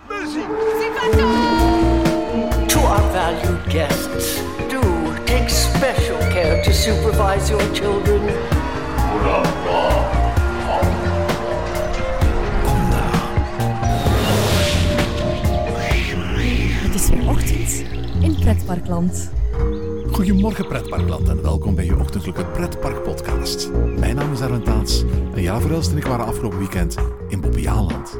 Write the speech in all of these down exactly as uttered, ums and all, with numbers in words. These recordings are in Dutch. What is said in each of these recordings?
Muziek! To our valued guests, do take special care to supervise your children. Het is weer ochtend in Pretparkland. Goedemorgen Pretparkland en welkom bij je ochtendelijke Pretpark-podcast. Mijn naam is Erwin Taats en ja, Verhelst en ik waren afgelopen weekend in Bobbejaanland.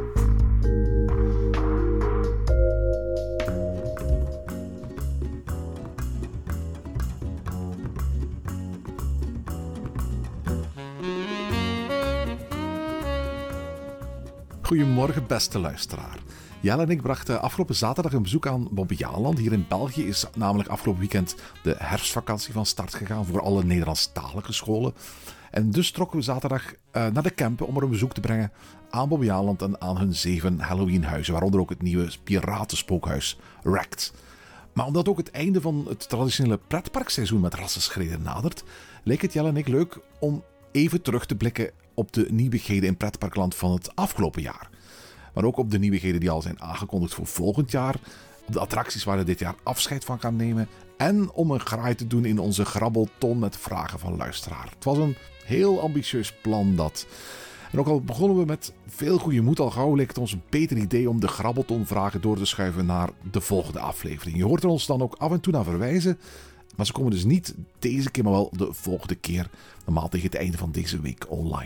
Goedemorgen beste luisteraar. Jelle en ik brachten afgelopen zaterdag een bezoek aan Bobbejaanland. Hier in België is namelijk afgelopen weekend de herfstvakantie van start gegaan voor alle Nederlandstalige scholen. En dus trokken we zaterdag uh, naar de Kempen om er een bezoek te brengen aan Bobbejaanland en aan hun zeven Halloweenhuizen, waaronder ook het nieuwe piratenspookhuis Wrecked. Maar omdat ook het einde van het traditionele pretparkseizoen met rassenschreden nadert, leek het Jelle en ik leuk om even terug te blikken op de nieuwigheden in Pretparkland van het afgelopen jaar. Maar ook op de nieuwigheden die al zijn aangekondigd voor volgend jaar. Op de attracties waar we dit jaar afscheid van gaan nemen. En om een graai te doen in onze grabbelton met vragen van luisteraar. Het was een heel ambitieus plan dat. En ook al begonnen we met veel goede moed, al gauw leek het ons een beter idee om de grabbelton-vragen door te schuiven naar de volgende aflevering. Je hoort er ons dan ook af en toe naar verwijzen. Maar ze komen dus niet deze keer, maar wel de volgende keer. Normaal tegen het einde van deze week online.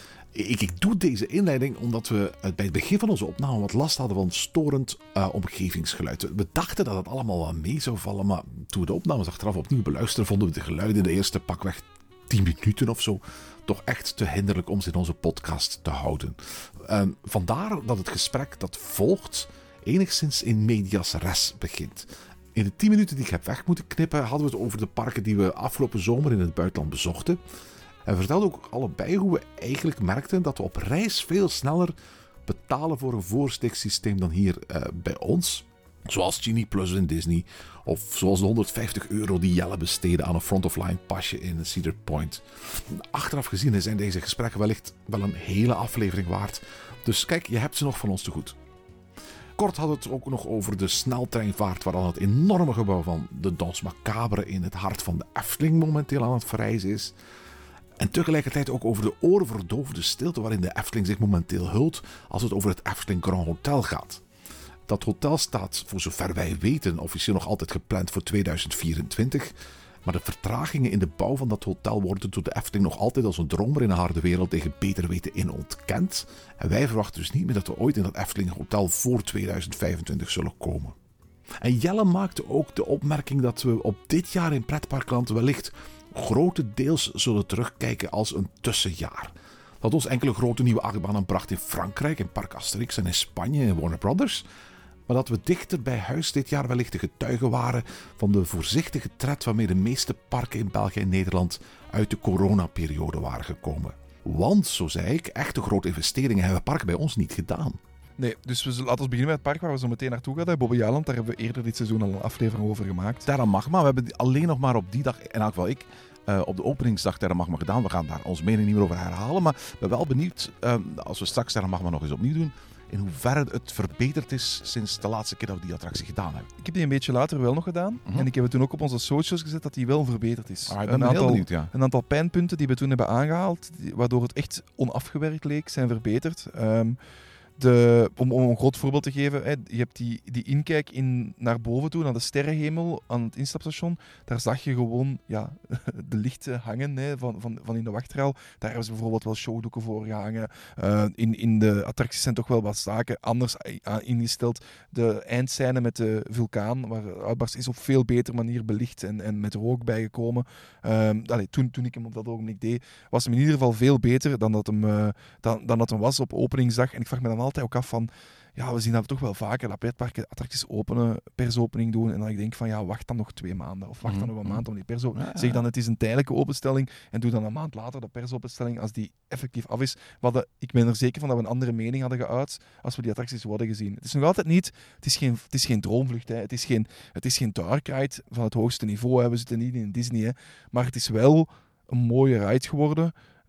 Ik, ik doe deze inleiding omdat we bij het begin van onze opname wat last hadden van storend uh, omgevingsgeluid. We dachten dat het allemaal wel mee zou vallen, maar toen we de opnames achteraf opnieuw beluisteren, vonden we de geluiden in de eerste pakweg tien minuten of zo toch echt te hinderlijk om ze in onze podcast te houden. Uh, vandaar dat het gesprek dat volgt enigszins in medias res begint. In de tien minuten die ik heb weg moeten knippen hadden we het over de parken die we afgelopen zomer in het buitenland bezochten. En we vertelden ook allebei hoe we eigenlijk merkten dat we op reis veel sneller betalen voor een voorsteeksysteem dan hier uh, bij ons. Zoals Genie Plus in Disney. Of zoals de honderdvijftig euro die Jelle besteedde aan een front-of-line pasje in Cedar Point. Achteraf gezien zijn deze gesprekken wellicht wel een hele aflevering waard. Dus kijk, je hebt ze nog van ons te goed. Kort hadden we het ook nog over de sneltreinvaart waaraan het enorme gebouw van de Danse Macabre in het hart van de Efteling momenteel aan het verrijzen is. En tegelijkertijd ook over de oorverdovende stilte waarin de Efteling zich momenteel hult als het over het Efteling Grand Hotel gaat. Dat hotel staat, voor zover wij weten, officieel nog altijd gepland voor tweeduizend vierentwintig. Maar de vertragingen in de bouw van dat hotel worden door de Efteling nog altijd als een dromer in een harde wereld tegen beter weten in ontkend. En wij verwachten dus niet meer dat we ooit in dat Efteling Hotel voor tweeduizend vijfentwintig zullen komen. En Jelle maakte ook de opmerking dat we op dit jaar in Pretparkland wellicht grotendeels zullen terugkijken als een tussenjaar. Dat ons enkele grote nieuwe achtbanen bracht in Frankrijk, in Parc Asterix en in Spanje in Warner Brothers. Maar dat we dichter bij huis dit jaar wellicht de getuigen waren van de voorzichtige tred waarmee de meeste parken in België en Nederland uit de coronaperiode waren gekomen. Want, zo zei ik, echte grote investeringen hebben parken bij ons niet gedaan. Nee, dus we zullen, laten we beginnen met het park waar we zo meteen naartoe gaan. Bobbejaanland, daar hebben we eerder dit seizoen al een aflevering over gemaakt. Terra Magma, we hebben alleen nog maar op die dag, in elk geval ik, uh, op de openingsdag Terra Magma gedaan. We gaan daar onze mening niet meer over herhalen, maar ik ben wel benieuwd, uh, als we straks Terra Magma nog eens opnieuw doen, in hoeverre het verbeterd is sinds de laatste keer dat we die attractie gedaan hebben. Ik heb die een beetje later wel nog gedaan. Mm-hmm. En ik heb het toen ook op onze socials gezet dat die wel verbeterd is. Ah, ik ben een, heel aantal, benieuwd, ja. een aantal pijnpunten die we toen hebben aangehaald, die, waardoor het echt onafgewerkt leek, zijn verbeterd. Um, De, om, om een groot voorbeeld te geven, hè, je hebt die, die inkijk in, naar boven toe, naar de sterrenhemel aan het instapstation. Daar zag je gewoon ja, de lichten hangen hè, van, van, van in de wachtraal. Daar hebben ze bijvoorbeeld wel showdoeken voor gehangen. Uh, in, in de attracties zijn toch wel wat zaken anders ingesteld. De eindscène met de vulkaan, waar de uitbarst is op veel betere manier belicht en, en met rook bijgekomen. Um, allee, toen, toen ik hem op dat ogenblik deed, was hem in ieder geval veel beter dan dat hem, uh, dan, dan dat hem was op openingsdag. En ik vraag me dan altijd ook af van, ja, we zien dat toch wel vaker, dat pretparken attracties openen, persopening doen, en dan ik denk van, ja, wacht dan nog twee maanden, of wacht dan nog een maand om die persopening. Ja, ja. Zeg dan, het is een tijdelijke openstelling, en doe dan een maand later de persopenstelling, als die effectief af is. Hadden, ik ben er zeker van dat we een andere mening hadden geuit, als we die attracties hadden gezien. Het is nog altijd niet, het is geen, het is geen droomvlucht, hè. Het is geen, het is geen dark ride van het hoogste niveau, hè. We zitten niet in Disney, hè. Maar het is wel een mooie ride geworden.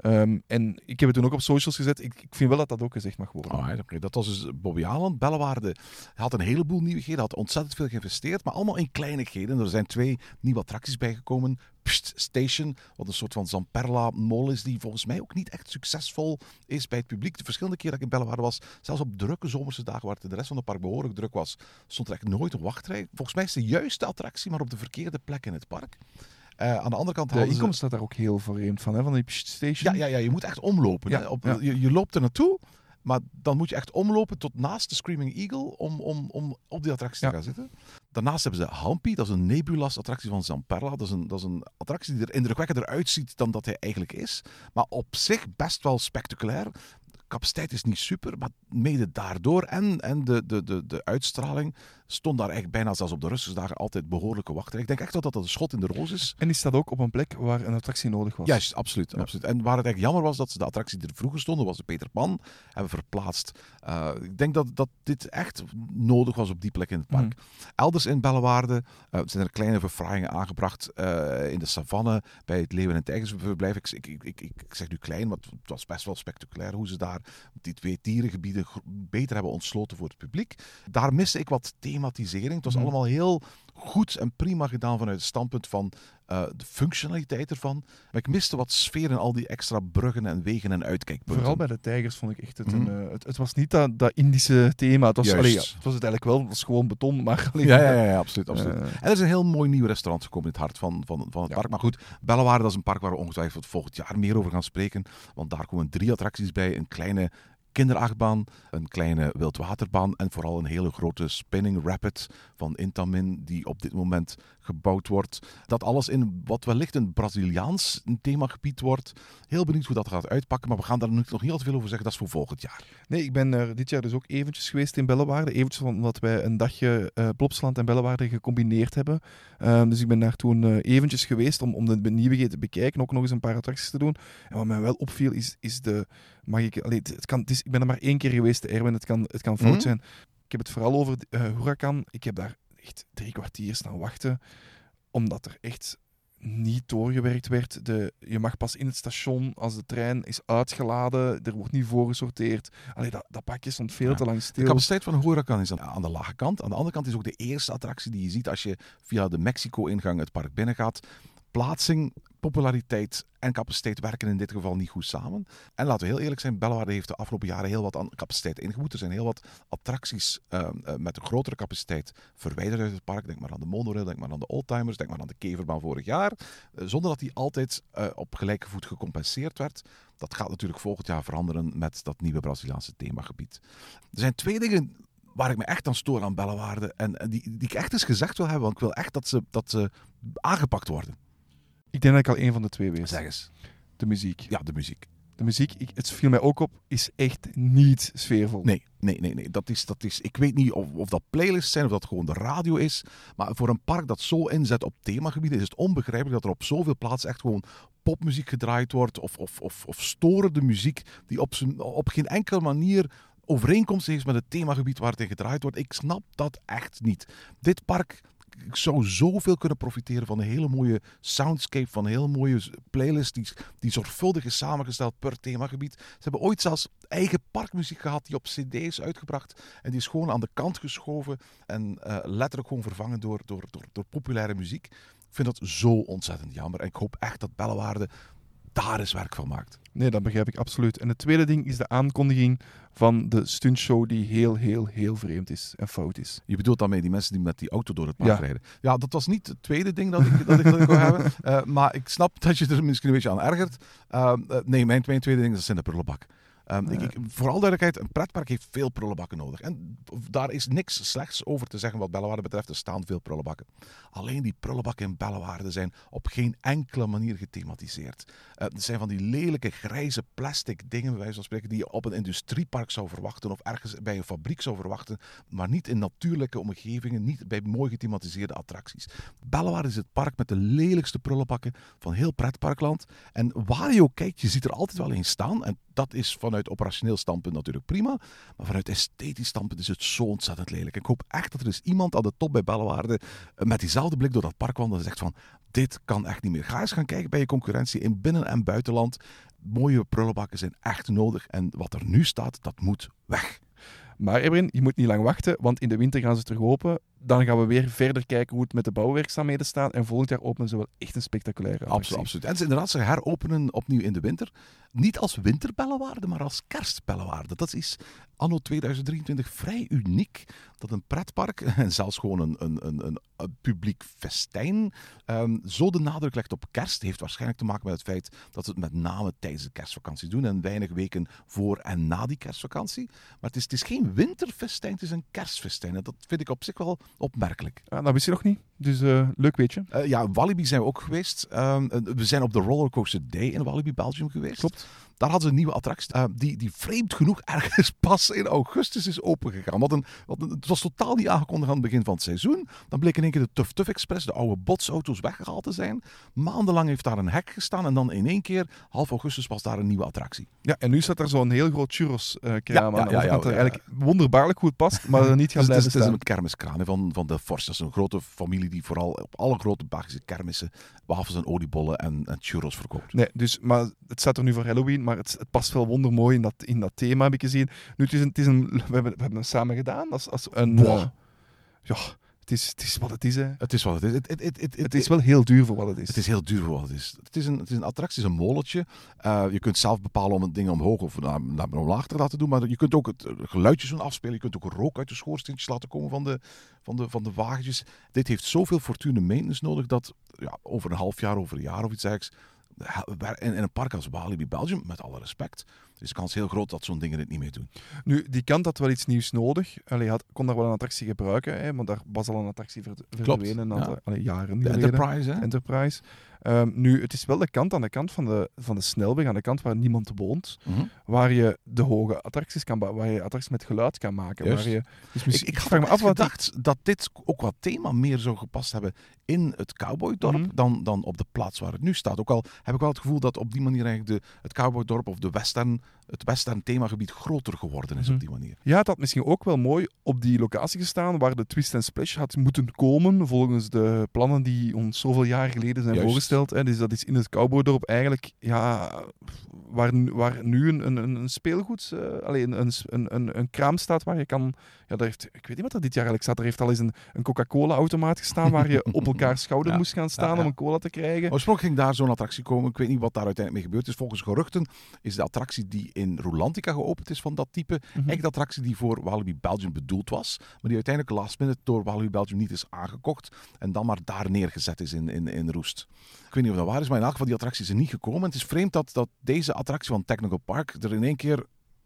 Um, en ik heb het toen ook op socials gezet. Ik, ik vind wel dat dat ook gezegd mag worden. Oh, okay. Dat was dus Bobby Aland. Bellewaarde had een heleboel nieuwigheden, had ontzettend veel geïnvesteerd, maar allemaal in kleinigheden. Er zijn twee nieuwe attracties bijgekomen. Pst Station, wat een soort van Zamperla-mol is, die volgens mij ook niet echt succesvol is bij het publiek. De verschillende keren dat ik in Bellewaarde was, zelfs op drukke zomerse dagen waar het de rest van het park behoorlijk druk was, stond er echt nooit een wachtrij. Volgens mij is het de juiste attractie, maar op de verkeerde plek in het park. Uh, aan de andere kant... De e-commerce ze... staat daar ook heel vreemd van, hè? Van die Pst Station. Ja, ja, ja, je moet echt omlopen. Ja, hè? Op, ja. je, je loopt er naartoe, maar dan moet je echt omlopen tot naast de Screaming Eagle om, om, om op die attractie ja. te gaan zitten. Daarnaast hebben ze Humpy, dat is een Nebulas-attractie van Zamperla. Dat is, een, dat is een attractie die er indrukwekkender uitziet dan dat hij eigenlijk is. Maar op zich best wel spectaculair. De capaciteit is niet super, maar mede daardoor en, en de, de, de, de uitstraling stond daar eigenlijk bijna zelfs op de rustige dagen altijd behoorlijke wachtrij. Ik denk echt dat dat een schot in de roos is. En die staat ook op een plek waar een attractie nodig was. Juist, absoluut, ja. absoluut. En waar het eigenlijk jammer was dat ze de attractie die er vroeger stonden, was de Peter Pan, hebben verplaatst. Uh, ik denk dat, dat dit echt nodig was op die plek in het park. Mm. Elders in Bellewaarde uh, zijn er kleine verfraaiingen aangebracht uh, in de savanne bij het Leeuwen- en Tijgersverblijf. Ik, ik, ik, ik, ik zeg nu klein, maar het was best wel spectaculair hoe ze daar die twee dierengebieden beter hebben ontsloten voor het publiek. Daar miste ik wat thematisering. Het was mm. allemaal heel goed en prima gedaan vanuit het standpunt van uh, de functionaliteit ervan. Maar ik miste wat sfeer in al die extra bruggen en wegen en uitkijkpunten. Vooral bij de tijgers vond ik echt het mm. een... Uh, het, het was niet dat, dat Indische thema. Het was, allee, ja, het was het eigenlijk wel. Het was gewoon beton. Maar allee, ja, ja, ja, ja, absoluut. absoluut. Uh, uh, en er is een heel mooi nieuw restaurant gekomen in het hart van, van, van het ja. park. Maar goed, Bellewaarde, dat is een park waar we ongetwijfeld volgend jaar meer over gaan spreken. Want daar komen drie attracties bij. Een kleine kinderachtbaan, een kleine wildwaterbaan en vooral een hele grote spinning rapid van Intamin die op dit moment gebouwd wordt. Dat alles in wat wellicht een Braziliaans themagebied wordt. Heel benieuwd hoe dat gaat uitpakken, maar we gaan daar nog niet al te veel over zeggen. Dat is voor volgend jaar. Nee, ik ben er dit jaar dus ook eventjes geweest in Bellewaarde. Eventjes omdat wij een dagje uh, Plopsaland en Bellewaarde gecombineerd hebben. Uh, dus ik ben daar toen uh, eventjes geweest om, om de nieuwigheden te bekijken. Ook nog eens een paar attracties te doen. En wat mij wel opviel is, is de... Mag ik, allee, het kan, het is, ik ben er maar één keer geweest, Erwin. Het kan, het kan fout mm. zijn. Ik heb het vooral over uh, Huracan. Ik heb daar echt drie kwartier staan wachten. Omdat er echt niet doorgewerkt werd. De, je mag pas in het station als de trein is uitgeladen. Er wordt niet voorgesorteerd. Allee, dat, dat pakje stond veel ja. te lang stil. De capaciteit van Huracan is aan de lage kant. Aan de andere kant is ook de eerste attractie die je ziet als je via de Mexico-ingang het park binnengaat. Plaatsing, populariteit en capaciteit werken in dit geval niet goed samen. En laten we heel eerlijk zijn, Bellewaarde heeft de afgelopen jaren heel wat aan capaciteit ingeboet. Er zijn heel wat attracties uh, uh, met een grotere capaciteit verwijderd uit het park. Denk maar aan de monorail, denk maar aan de oldtimers, denk maar aan de keverbaan vorig jaar. Uh, zonder dat die altijd uh, op gelijke voet gecompenseerd werd. Dat gaat natuurlijk volgend jaar veranderen met dat nieuwe Braziliaanse themagebied. Er zijn twee dingen waar ik me echt aan stoor aan Bellewaarde en, en die, die ik echt eens gezegd wil hebben, want ik wil echt dat ze, dat ze aangepakt worden. Ik denk dat ik al één van de twee weet. Zeg eens. De muziek. Ja, de muziek. De muziek, ik, het viel mij ook op, is echt niet sfeervol. Nee, nee, nee. nee. Dat is, dat is, ik weet niet of, of dat playlists zijn of dat gewoon de radio is. Maar voor een park dat zo inzet op themagebieden is het onbegrijpelijk dat er op zoveel plaatsen echt gewoon popmuziek gedraaid wordt. Of, of, of, of storende muziek die op, zijn, op geen enkele manier overeenkomst heeft met het themagebied waar het in gedraaid wordt. Ik snap dat echt niet. Dit park... Ik zou zoveel kunnen profiteren van een hele mooie soundscape, van een hele mooie playlist die, die zorgvuldig is samengesteld per themagebied. Ze hebben ooit zelfs eigen parkmuziek gehad die op cd's uitgebracht en die is gewoon aan de kant geschoven en uh, letterlijk gewoon vervangen door, door, door, door populaire muziek. Ik vind dat zo ontzettend jammer en ik hoop echt dat Bellewaarde daar eens werk van maakt. Nee, dat begrijp ik absoluut. En het tweede ding is de aankondiging van de stuntshow die heel, heel, heel vreemd is en fout is. Je bedoelt daarmee die mensen die met die auto door het park ja. rijden. Ja, dat was niet het tweede ding dat ik, dat ik, dat ik wil hebben. Uh, maar ik snap dat je er misschien een beetje aan ergert. Uh, uh, nee, mijn, mijn tweede ding dat zijn de prullenbak. Um, ja. ik, ik, vooral duidelijkheid, een pretpark heeft veel prullenbakken nodig. En daar is niks slechts over te zeggen wat Bellewaarde betreft. Er staan veel prullenbakken. Alleen die prullenbakken in Bellewaarde zijn op geen enkele manier gethematiseerd. Uh, het zijn van die lelijke grijze plastic dingen, bij wijze van spreken, die je op een industriepark zou verwachten of ergens bij een fabriek zou verwachten, maar niet in natuurlijke omgevingen, niet bij mooi gethematiseerde attracties. Bellewaarde is het park met de lelijkste prullenbakken van heel pretparkland. En waar je ook kijkt, je ziet er altijd wel een staan. En dat is vanuit operationeel standpunt natuurlijk prima. Maar vanuit esthetisch standpunt is het zo ontzettend lelijk. Ik hoop echt dat er is iemand aan de top bij Bellewaarde met diezelfde blik door dat park wandelt en zegt van, dit kan echt niet meer. Ga eens gaan kijken bij je concurrentie in binnen- en buitenland. mooie prullenbakken zijn echt nodig. En wat er nu staat, dat moet weg. Maar Ebrin, je moet niet lang wachten, want in de winter gaan ze terug open. Dan gaan we weer verder kijken hoe het met de bouwwerkzaamheden staat. En volgend jaar openen ze wel echt een spectaculaire attractie. Absoluut, absoluut. En ze, inderdaad, ze heropenen opnieuw in de winter. Niet als winterbellenwaarde, maar als kerstbellenwaarde. Dat is anno tweeduizend drieëntwintig vrij uniek. Dat een pretpark, en zelfs gewoon een, een, een, een, een publiek festijn, um, zo de nadruk legt op kerst. Heeft waarschijnlijk te maken met het feit dat ze het met name tijdens de kerstvakantie doen. En weinig weken voor en na die kerstvakantie. Maar het is, het is geen winterfestijn, het is een kerstfestijn. En dat vind ik op zich wel opmerkelijk. Ja, dat wist je nog niet. Dus uh, leuk weetje. Uh, ja, Walibi zijn we ook geweest. Um, we zijn op de Rollercoaster Day in Walibi Belgium geweest. Klopt. Daar hadden ze een nieuwe attractie uh, die, die vreemd genoeg ergens pas in augustus is opengegaan. Wat een, wat een, het was totaal niet aangekondigd aan het begin van het seizoen. Dan bleek in één keer de Tuff Tuff Express, de oude botsauto's, weggehaald te zijn. Maandenlang heeft daar een hek gestaan en dan in één keer, half augustus, was daar een nieuwe attractie. Ja, en nu staat er zo'n heel groot churros-kraam uh, ja, aan. Ja, ja, ja, dat er ja, eigenlijk wonderbaarlijk goed past, maar er niet gaat blijven Het is, staan. het is een kermiskraan van, van de Forst. Dat is een grote familie die vooral op alle grote Belgische kermissen wafels en oliebollen en, en churros verkoopt. Nee, dus, maar het staat er nu voor Halloween, maar het, het past wel wondermooi in dat, in dat thema, heb ik gezien. Nu, het is een, het is een, we, hebben, we hebben het samen gedaan. Als, als een, uh, ja, het is, het is wat het is. Hè. Het is wat het is. Het, het, het, het, het is wel heel duur voor wat het is. Het is heel duur voor wat het is. Het is een, het is een attractie, het is een molentje. Uh, je kunt zelf bepalen om het ding omhoog of naar, naar omlaag te laten doen. Maar je kunt ook het geluidjes doen afspelen. Je kunt ook rook uit de schoorsteentjes laten komen van de, van de, van de wagentjes. Dit heeft zoveel fortune maintenance nodig dat ja, over een half jaar, over een jaar of iets dergelijks, in, in een park als Walibi Belgium, met alle respect, is de kans heel groot dat zo'n dingen het niet meer doen. Nu, die kant had wel iets nieuws nodig. Allee, had, kon daar wel een attractie gebruiken, hè, want daar was al een attractie verdwenen. Klopt, ja. Allee, jaren de geleden. Enterprise, hè? Enterprise. Um, nu, het is wel de kant aan de kant van de, van de snelweg, aan de kant waar niemand woont, mm-hmm. waar je de hoge attracties kan waar je attracties met geluid kan maken. Waar je, dus ik, ik had me af gedacht die... dat dit ook wat thema meer zou gepast hebben in het cowboydorp mm-hmm. dan, dan op de plaats waar het nu staat. Ook al heb ik wel het gevoel dat op die manier eigenlijk de, het cowboydorp of de western, het western themagebied groter geworden is mm-hmm. op die manier. Ja, het had misschien ook wel mooi op die locatie gestaan waar de Twist and Splash had moeten komen volgens de plannen die ons zoveel jaar geleden zijn Juist. voorgesteld. Hè. Dus dat is in het cowboydorp eigenlijk, ja, waar, waar nu een, een, een speelgoed, uh, alleen een, een, een, een kraam staat waar je kan, ja, daar heeft, ik weet niet wat er dit jaar eigenlijk staat, er heeft al eens een, een Coca-Cola-automaat gestaan waar je op elkaar schouder ja. moest gaan staan ja, ja. om een cola te krijgen. Oorspronkelijk ging daar zo'n attractie komen, ik weet niet wat daar uiteindelijk mee gebeurd is. Volgens geruchten is de attractie die in Rolantica geopend is van dat type, mm-hmm. eigenlijk de attractie die voor Walibi Belgium bedoeld was, maar die uiteindelijk last minute door Walibi Belgium niet is aangekocht en dan maar daar neergezet is in, in, in Roest. Ik weet niet of dat waar is, maar in elk geval die attractie is er niet gekomen. Het is vreemd dat, dat deze attractie van Technical Park er in één keer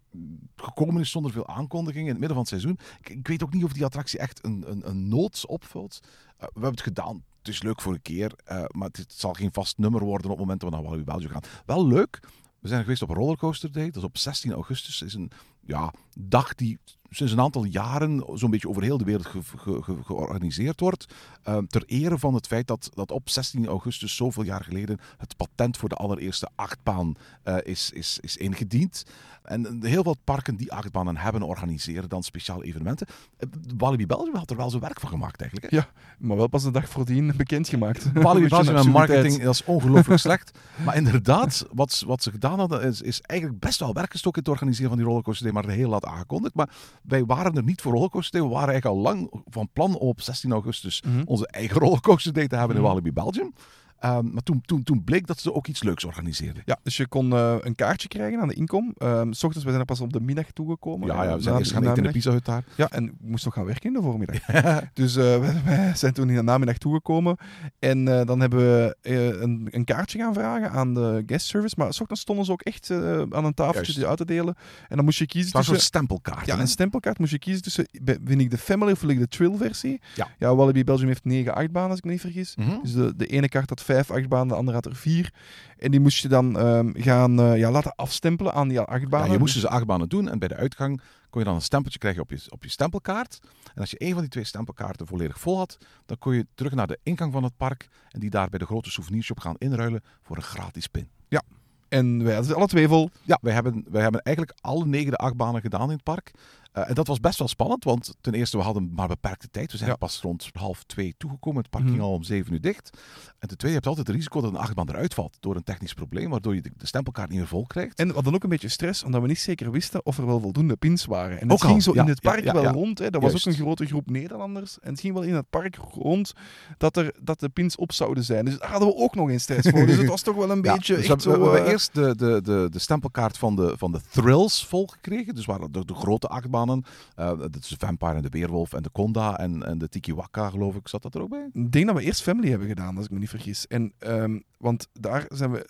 gekomen is zonder veel aankondiging in het midden van het seizoen. Ik, ik weet ook niet of die attractie echt een, een, een nood opvult. Uh, we hebben het gedaan. Het is leuk voor een keer, uh, maar het, het zal geen vast nummer worden op het moment dat we naar Walibi Belgium gaan. Wel leuk. We zijn geweest op Rollercoaster Day. Dat is op zestien augustus. Dat is een ja, dag die sinds een aantal jaren zo'n beetje over heel de wereld ge- ge- ge- georganiseerd wordt. Uh, ter ere van het feit dat, dat op zestien augustus, zoveel jaar geleden, het patent voor de allereerste achtbaan uh, is, is, is ingediend. En heel veel parken die achtbanen hebben organiseren dan speciale evenementen. Uh, Walibi Belgium had er wel zijn werk van gemaakt eigenlijk. Hè? Ja, maar wel pas de dag voordien bekendgemaakt. Walibi Belgium en marketing, dat is ongelooflijk slecht. Maar inderdaad, wat, wat ze gedaan hadden, is, is eigenlijk best wel werk gestoken in het organiseren van die Rollercoaster Day, maar heel laat aangekondigd. Maar wij waren er niet voor Rollercoaster Day. We waren eigenlijk al lang van plan om op zestien augustus mm-hmm. onze eigen Rollercoaster Day te hebben mm-hmm. in Walibi Belgium. Um, maar toen, toen, toen bleek dat ze ook iets leuks organiseerden. Ja, dus je kon uh, een kaartje krijgen aan de inkom. Um, 's ochtends, we zijn er pas op de middag toegekomen. Ja, ja we zijn na, eerst gaan eten in de Pizza-hut daar. Ja, en we moesten nog gaan werken in de voormiddag. Dus uh, wij, wij zijn toen in de namiddag toegekomen. En uh, dan hebben we uh, een, een kaartje gaan vragen aan de guest service. Maar 's ochtends stonden ze ook echt uh, aan een tafeltje die uit te delen. En dan moest je kiezen tussen... Dat is een stempelkaart. Ja, hè? een stempelkaart moest je kiezen tussen... Vind ik de Family of wil ik de Trill-versie? Ja. Ja, Walibi Belgium heeft negen achtbanen, als ik me niet vergis. Mm-hmm. Dus de, de ene kaart had vijf achtbanen, de andere had er vier. En die moest je dan um, gaan uh, ja, laten afstempelen aan die achtbanen. Ja, je moest dus achtbanen doen en bij de uitgang kon je dan een stempeltje krijgen op je, op je stempelkaart. En als je een van die twee stempelkaarten volledig vol had, dan kon je terug naar de ingang van het park en die daar bij de grote souvenirshop gaan inruilen voor een gratis pin. Ja. En wij hadden alle twee vol. Ja, wij hebben, wij hebben eigenlijk alle negen de achtbanen gedaan in het park. Uh, en dat was best wel spannend, want ten eerste, we hadden maar beperkte tijd. We zijn Ja. pas rond half twee toegekomen. Het park ging Mhm. al om zeven uur dicht. En ten tweede, je hebt altijd het risico dat een achtbaan eruit valt door een technisch probleem, waardoor je de, de stempelkaart niet meer vol krijgt. En we hadden ook een beetje stress, omdat we niet zeker wisten of er wel voldoende pins waren. En het Ook al, ging zo ja, in het ja, park ja, wel ja. rond. Hè. Dat was Juist. ook een grote groep Nederlanders. En het ging wel in het park rond dat, er, dat de pins op zouden zijn. Dus daar hadden we ook nog eens stress voor. Dus het was toch wel een Ja, beetje dus echt we, we, zo... we hebben eh, eerst de, de, de, de stempelkaart van de, van de thrills volgekregen. Dus waar de, de grote achtbanen. Uh, dat is de Vampire en de Weerwolf en de Conda en, en de Tiki Waka, geloof ik. Zat dat er ook bij? Ik denk dat we eerst Family hebben gedaan, als ik me niet vergis. En, um, want daar zijn we...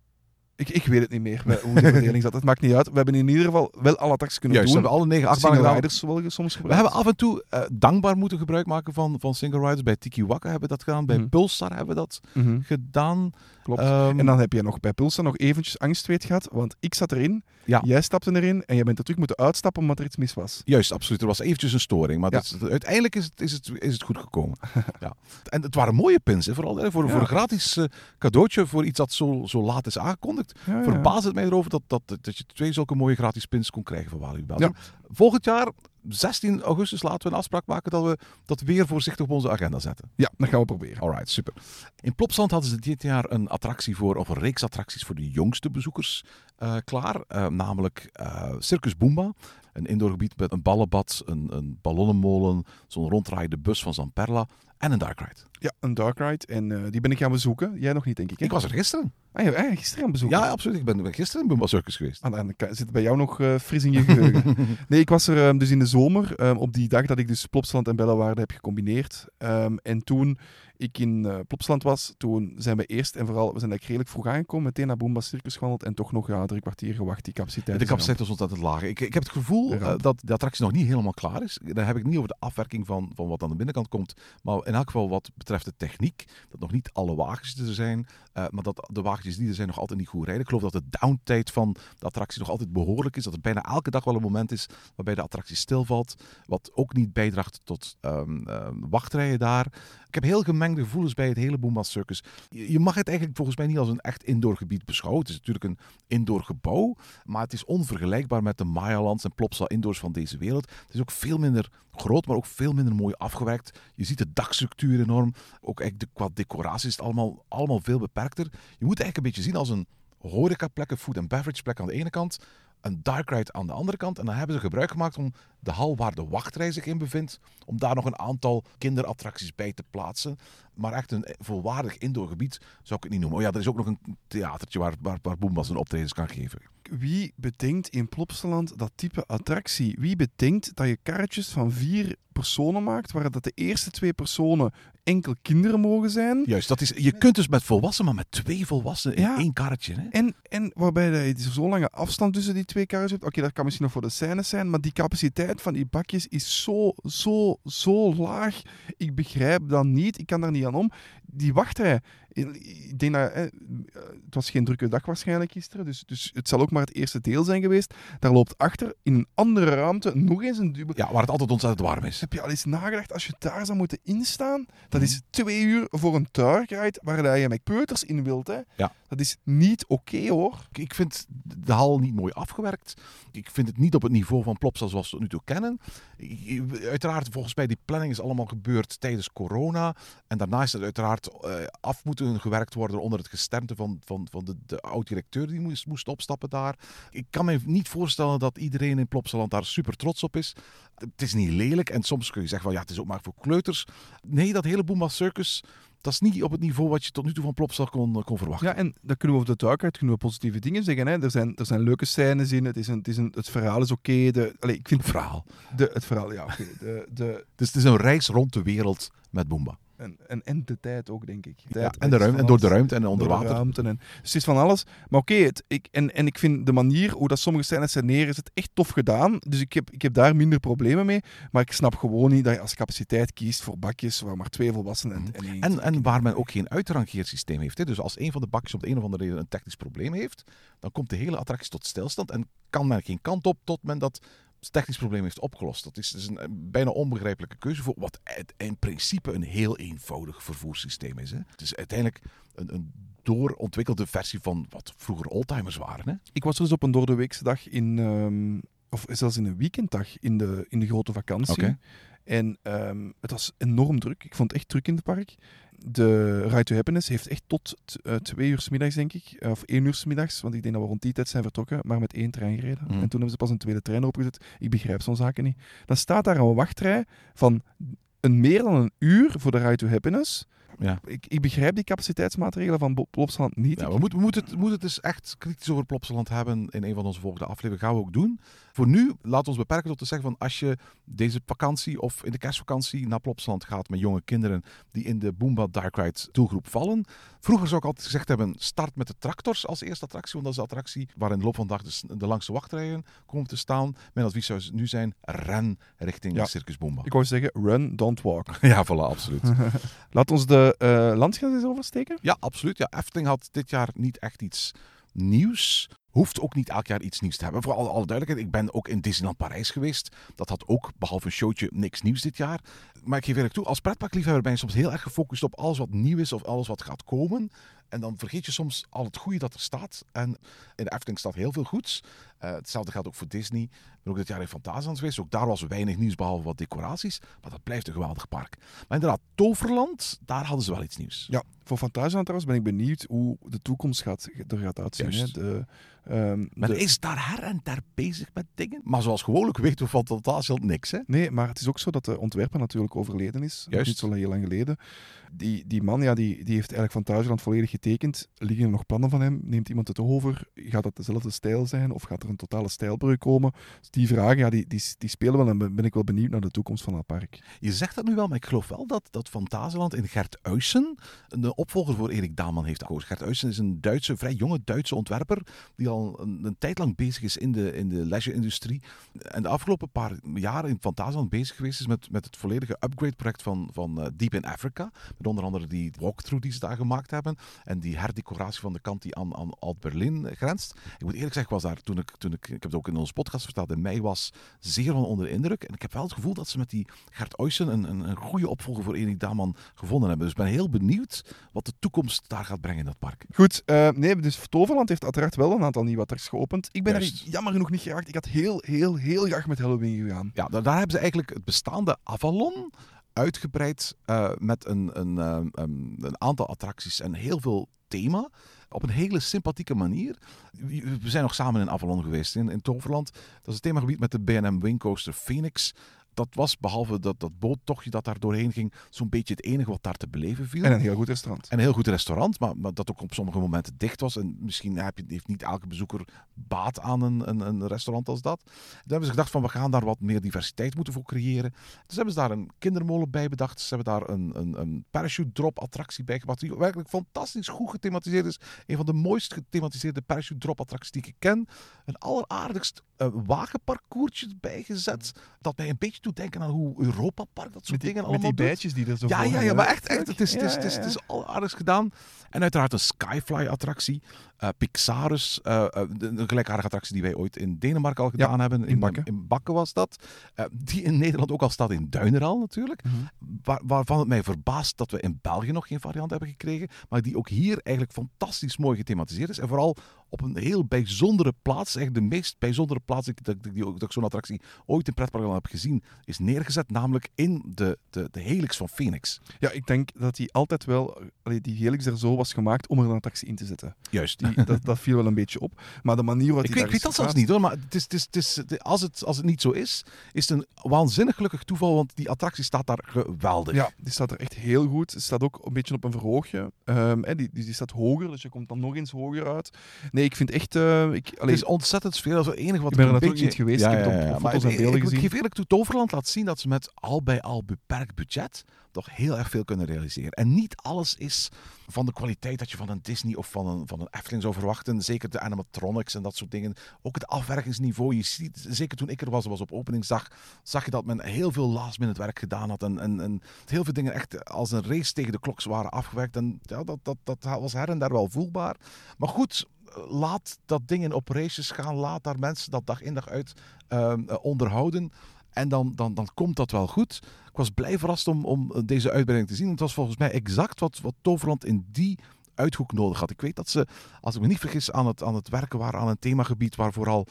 Ik, ik weet het niet meer, hoe de verdeling zat. Het maakt niet uit. We hebben in ieder geval wel alle attracties kunnen Juist, we doen. hebben alle negen achtbanen Single gedaan. Riders wel soms We gebruikt. hebben af en toe uh, dankbaar moeten gebruik maken van, van single riders. Bij Tiki Waka hebben we dat gedaan. Bij Mhm. Pulsar hebben we dat Mhm, gedaan. klopt. Um, En dan heb je nog bij Pulsar nog eventjes angstweet gehad, want ik zat erin, Ja. jij stapte erin en jij bent er terug moeten uitstappen omdat er iets mis was. Juist, absoluut. Er was eventjes een storing. Maar Ja. dat, dat- uiteindelijk is het, is het, is het goed gekomen. Ja. En het waren mooie pins, hè, vooral hè, voor, Ja. voor een gratis uh, cadeautje. Voor iets dat zo, zo laat is aangekondigd. Ja, ja. Verbaast het mij erover dat, dat, dat je twee zulke mooie gratis pins kon krijgen van Walibi Belgium. Volgend jaar, zestien augustus, laten we een afspraak maken dat we dat weer voorzichtig op onze agenda zetten. Ja, dat gaan we proberen. Alright, super. In Plopsaland hadden ze dit jaar een attractie voor, of een reeks attracties voor de jongste bezoekers uh, klaar. Uh, namelijk uh, Circus Boomba. Een indoorgebied met een ballenbad, een, een ballonnenmolen, zo'n ronddraaiende bus van Zamperla en een dark ride. Ja, een dark ride en uh, die ben ik gaan bezoeken. Jij nog niet, denk ik. Hè? Ik was er gisteren. Ah, je hebt eigenlijk gisteren gaan bezoeken. Ja, absoluut. Ik ben, ben gisteren in Boomba Circus geweest. Ah, dan zit het bij jou nog uh, fris in je geheugen. Nee, ik was er um, dus in de zomer, um, op die dag dat ik dus Plopsaland en Bellewaarde heb gecombineerd. Um, en toen ik in uh, Plopsaland was, toen zijn we eerst en vooral, we zijn eigenlijk redelijk vroeg aangekomen, meteen naar Boomba Circus gewandeld en toch nog ja, drie kwartier gewacht, die capaciteit. De is capaciteit was ontzettend laag. Ik, ik heb het gevoel Een uh, ramp. dat de attractie nog niet helemaal klaar is. Dan heb ik niet over de afwerking van, van wat aan de binnenkant komt. Maar in elk geval wat betreft de techniek. Dat nog niet alle wagens er zijn. Uh, maar dat de wagentjes die er zijn nog altijd niet goed rijden. Ik geloof dat de downtijd van de attractie nog altijd behoorlijk is. Dat er bijna elke dag wel een moment is waarbij de attractie stilvalt. Wat ook niet bijdraagt tot um, uh, wachtrijen daar. Ik heb heel gemengde gevoelens bij het hele Boomba Circus. Je, je mag het eigenlijk volgens mij niet als een echt indoorgebied beschouwen. Het is natuurlijk een indoor gebouw. Maar het is onvergelijkbaar met de Mayalands en Plopsa indoors van deze wereld. Het is ook veel minder groot, maar ook veel minder mooi afgewerkt. Je ziet de dakstructuur enorm. Ook eigenlijk de, qua decoratie is het allemaal, allemaal veel beperkter. Je moet het eigenlijk een beetje zien als een horecaplek, een food and beverage plek aan de ene kant. Een dark ride aan de andere kant. En dan hebben ze gebruik gemaakt om de hal waar de wachtrij zich in bevindt, om daar nog een aantal kinderattracties bij te plaatsen. Maar echt een volwaardig indoorgebied zou ik het niet noemen. Oh ja, er is ook nog een theatertje waar, waar, waar Boomba zijn optredens kan geven. Wie bedenkt in Plopsaland dat type attractie? Wie bedenkt dat je karretjes van vier personen maakt, waar dat de eerste twee personen enkel kinderen mogen zijn? Juist, dat is, je kunt dus met volwassenen, maar met twee volwassenen in Ja. één karretje. Hè? En, en waarbij je zo'n lange afstand tussen die twee karretjes hebt. Oké, okay, dat kan misschien nog voor de scènes zijn, maar die capaciteit van die bakjes is zo, zo, zo laag. Ik begrijp dat niet. Ik kan daar niet aan om. Die wachtrij. Ik denk dat, eh, het was geen drukke dag waarschijnlijk gisteren, dus, dus het zal ook maar het eerste deel zijn geweest. Daar loopt achter, in een andere ruimte, nog eens een dubbel. Ja, waar het altijd ontzettend warm is. Heb je al eens nagedacht, als je daar zou moeten instaan, dat is twee uur voor een tuigride waar je met peuters in wilt. Hè. Ja. Dat is niet oké, okay, hoor. Ik vind de hal niet mooi afgewerkt. Ik vind het niet op het niveau van Plopsa zoals we het nu toe kennen. Uiteraard, volgens mij, die planning is allemaal gebeurd tijdens corona. En daarna is het uiteraard uh, af moeten gewerkt worden onder het gesternte van, van, van de, de oud-directeur die moest, moest opstappen daar. Ik kan me niet voorstellen dat iedereen in Plopsaland daar super trots op is. Het is niet lelijk en soms kun je zeggen van ja, het is ook maar voor kleuters. Nee, dat hele Boomba Circus, dat is niet op het niveau wat je tot nu toe van Plopsa kon, kon verwachten. Ja, en dan kunnen we over de duikride kunnen we positieve dingen zeggen. Hè. Er, zijn, er zijn leuke scènes in, het, is een, het, is een, het verhaal is oké. Okay, ik vind het verhaal. De, het verhaal, ja, oké. Okay. De, de... Dus het is een reis rond de wereld met Boomba. En, en, en de tijd ook, denk ik. Ja, en, de ruimte, en door de ruimte en onder water. Ruimte en, dus het is van alles. Maar oké, okay, ik, en, en ik vind de manier hoe dat sommige scènes zijn neer, is het echt tof gedaan. Dus ik heb, ik heb daar minder problemen mee. Maar ik snap gewoon niet dat je als capaciteit kiest voor bakjes waar maar twee volwassenen en, en één. En, en waar men ook geen uitrangeersysteem heeft. Hè. Dus als een van de bakjes op de een of andere reden een technisch probleem heeft, dan komt de hele attractie tot stilstand en kan men geen kant op tot men dat technisch probleem heeft opgelost. Dat is, dat is een bijna onbegrijpelijke keuze voor wat in principe een heel eenvoudig vervoerssysteem is. Hè. Het is uiteindelijk een, een doorontwikkelde versie van wat vroeger oldtimers waren. Hè. Ik was dus op een doordeweekse dag in um, of zelfs in een weekenddag in de, in de grote vakantie. Oké. En um, het was enorm druk. Ik vond het echt druk in het park. De Ride to Happiness heeft echt tot t- uh, twee uur 's middags, denk ik. Uh, of één uur 's middags, want ik denk dat we rond die tijd zijn vertrokken, maar met één trein gereden. Mm. En toen hebben ze pas een tweede trein opgezet. Ik begrijp zo'n zaken niet. Dan staat daar een wachtrij van een meer dan een uur voor de Ride to Happiness. Ja. Ik, ik begrijp die capaciteitsmaatregelen van Bo- Plopsaland niet. Ja, Ik- we moeten, we, moeten het, we moeten het dus echt kritisch over Plopsaland hebben in een van onze volgende afleveringen. Gaan we ook doen. Voor nu, laten we ons beperken tot te zeggen van als je deze vakantie of in de kerstvakantie naar Plopsaland gaat met jonge kinderen die in de Boomba Dark Ride doelgroep vallen. Vroeger zou ik altijd gezegd hebben, start met de tractors als eerste attractie, want dat is de attractie waar in de loop van de dag de, de langste wachtrijen komen te staan. Mijn advies zou nu zijn, ren richting Ja. Circus Boomba. Ik wou zeggen, run, don't walk. Ja, voilà, absoluut. Laat ons de uh, landsgrens eens oversteken. Ja, absoluut. Ja, Efteling had dit jaar niet echt iets nieuws. Hoeft ook niet elk jaar iets nieuws te hebben. Voor alle, alle duidelijkheid, ik ben ook in Disneyland Parijs geweest. Dat had ook, behalve een showtje, niks nieuws dit jaar. Maar ik geef eerlijk toe, als pretparkliefhebber ben je soms heel erg gefocust op alles wat nieuw is of alles wat gaat komen. En dan vergeet je soms al het goede dat er staat. En in de Efteling staat heel veel goeds. Uh, hetzelfde geldt ook voor Disney. Ik ben ook dit jaar in Fantasieland geweest. Ook daar was weinig nieuws, behalve wat decoraties. Maar dat blijft een geweldig park. Maar inderdaad, Toverland, daar hadden ze wel iets nieuws. Ja, voor Fantasieland trouwens ben ik benieuwd hoe de toekomst gaat, er gaat uitzien. Hè? De, um, Men de... is daar her en der bezig met dingen. Maar zoals gewoonlijk weten we van Fantasieland niks. Hè? Nee, maar het is ook zo dat de ontwerper natuurlijk overleden is. Juist. Niet zo heel lang geleden. Die, die man ja, die, die heeft eigenlijk Fantasieland volledig getekend. Liggen er nog plannen van hem? Neemt iemand het over? Gaat dat dezelfde stijl zijn? Of gaat er een totale stijlbreuk komen? Dus die vragen ja, die, die, die spelen wel en ben ik wel benieuwd naar de toekomst van dat park. Je zegt dat nu wel, maar ik geloof wel dat, dat Fantasieland in Gert Uyssen een opvolger voor Erik Daman heeft gekozen. Gert Uyssen is een Duitse, vrij jonge Duitse ontwerper die al een, een tijd lang bezig is in de, in de leisure-industrie. En de afgelopen paar jaar in Fantasieland bezig geweest is met, met het volledige upgrade-project van, van uh, Deep in Africa. Met onder andere die walkthrough die ze daar gemaakt hebben en die herdecoratie van de kant die aan, aan Alt-Berlin grenst. Ik moet eerlijk zeggen, ik was daar toen ik, toen ik, ik heb het ook in onze podcast verteld, in mei was zeer van onder de indruk. En ik heb wel het gevoel dat ze met die Gert Uyssen een, een, een goede opvolger voor Erik Daman gevonden hebben. Dus ik ben heel benieuwd wat de toekomst daar gaat brengen in dat park. Goed, uh, nee, dus Toverland heeft uiteraard wel een aantal nieuwe attracties geopend. Ik ben Juist. er jammer genoeg niet geraakt. Ik had heel, heel, heel graag met Halloween gegaan. Ja, daar, daar hebben ze eigenlijk het bestaande Avalon uitgebreid uh, met een, een, uh, um, een aantal attracties en heel veel thema. Op een hele sympathieke manier. We zijn nog samen in Avalon geweest, in, in Toverland. Dat is het themagebied met de B en M Wing Coaster Phoenix. Dat was, behalve dat, dat boottochtje dat daar doorheen ging, zo'n beetje het enige wat daar te beleven viel. En een heel goed restaurant. En een heel goed restaurant, maar, maar dat ook op sommige momenten dicht was. En misschien heb je, heeft niet elke bezoeker baat aan een, een, een restaurant als dat. Toen hebben ze gedacht van, we gaan daar wat meer diversiteit moeten voor creëren. Dus hebben ze daar een kindermolen bij bedacht. Ze hebben daar een, een, een parachute drop attractie bij gebracht, die werkelijk fantastisch goed gethematiseerd is. Een van de mooist gethematiseerde parachute drop attracties die ik ken. Een alleraardigst uh, wagenparcoursje bijgezet, dat mij een beetje doet denken aan hoe Europa Park dat soort met die, dingen met allemaal die doet. bijtjes die er zo Ja, voor ja, ja, hangen. maar echt, echt het, is, het, is, Ja, het, is, ja, het ja. is alleraardigst gedaan. En uiteraard een Skyfly-attractie. Uh, Pixarus, uh, uh, de, de gelijkaardige attractie die wij ooit in Denemarken al gedaan Ja, hebben. in Bakken. In Bakken was dat. Uh, die in Nederland ook al staat in Duineral natuurlijk. Mm-hmm. Waar, waarvan het mij verbaast dat we in België nog geen variant hebben gekregen. Maar die ook hier eigenlijk fantastisch mooi gethematiseerd is. En vooral op een heel bijzondere plaats. Eigenlijk de meest bijzondere plaats dat, dat, dat, dat ik zo'n attractie ooit in pretparkland heb gezien, is neergezet. Namelijk in de, de, de helix van Phoenix. Ja, ik denk dat die altijd wel, allee, die helix er zo was gemaakt om er een attractie in te zetten. Juist. Die, dat, dat viel wel een beetje op. Maar de manier waarop Ik die weet, ik daar weet dat is zelfs niet hoor, maar het is, het is, het is, het- als, het, als het niet zo is, is het een waanzinnig gelukkig toeval, want die attractie staat daar geweldig. Ja, die staat er echt heel goed. Het staat ook een beetje op een verhoogje. Um, hè, die, die, die staat hoger, dus je komt dan nog eens hoger uit. Nee, ik vind echt... Uh, ik, Het allee, is ontzettend sfeer. Dat is het enige wat Ik ben ik er een natuurlijk beetje... niet geweest, ik heb het op Maar foto's en ik- beelden ik, gezien. Ik geef eerlijk toe, Toverland laat zien dat ze met al bij al beperkt budget toch heel erg veel kunnen realiseren. En niet alles is van de kwaliteit dat je van een Disney of van een, van een Efteling zou verwachten. Zeker de animatronics en dat soort dingen. Ook het afwerkingsniveau. Je ziet, zeker toen ik er was, dat was op openingsdag, zag je dat men heel veel last minute werk gedaan had. En, en, en heel veel dingen echt als een race tegen de klok waren afgewerkt. En ja, dat, dat, dat was her en daar wel voelbaar. Maar goed, laat dat ding in operations gaan. Laat daar mensen dat dag in dag uit uh, onderhouden. En dan, dan, dan komt dat wel goed. Ik was blij verrast om, om deze uitbreiding te zien. Het was volgens mij exact wat, wat Toverland in die uithoek nodig had. Ik weet dat ze, als ik me niet vergis, aan het, aan het werken waren aan een themagebied waar vooral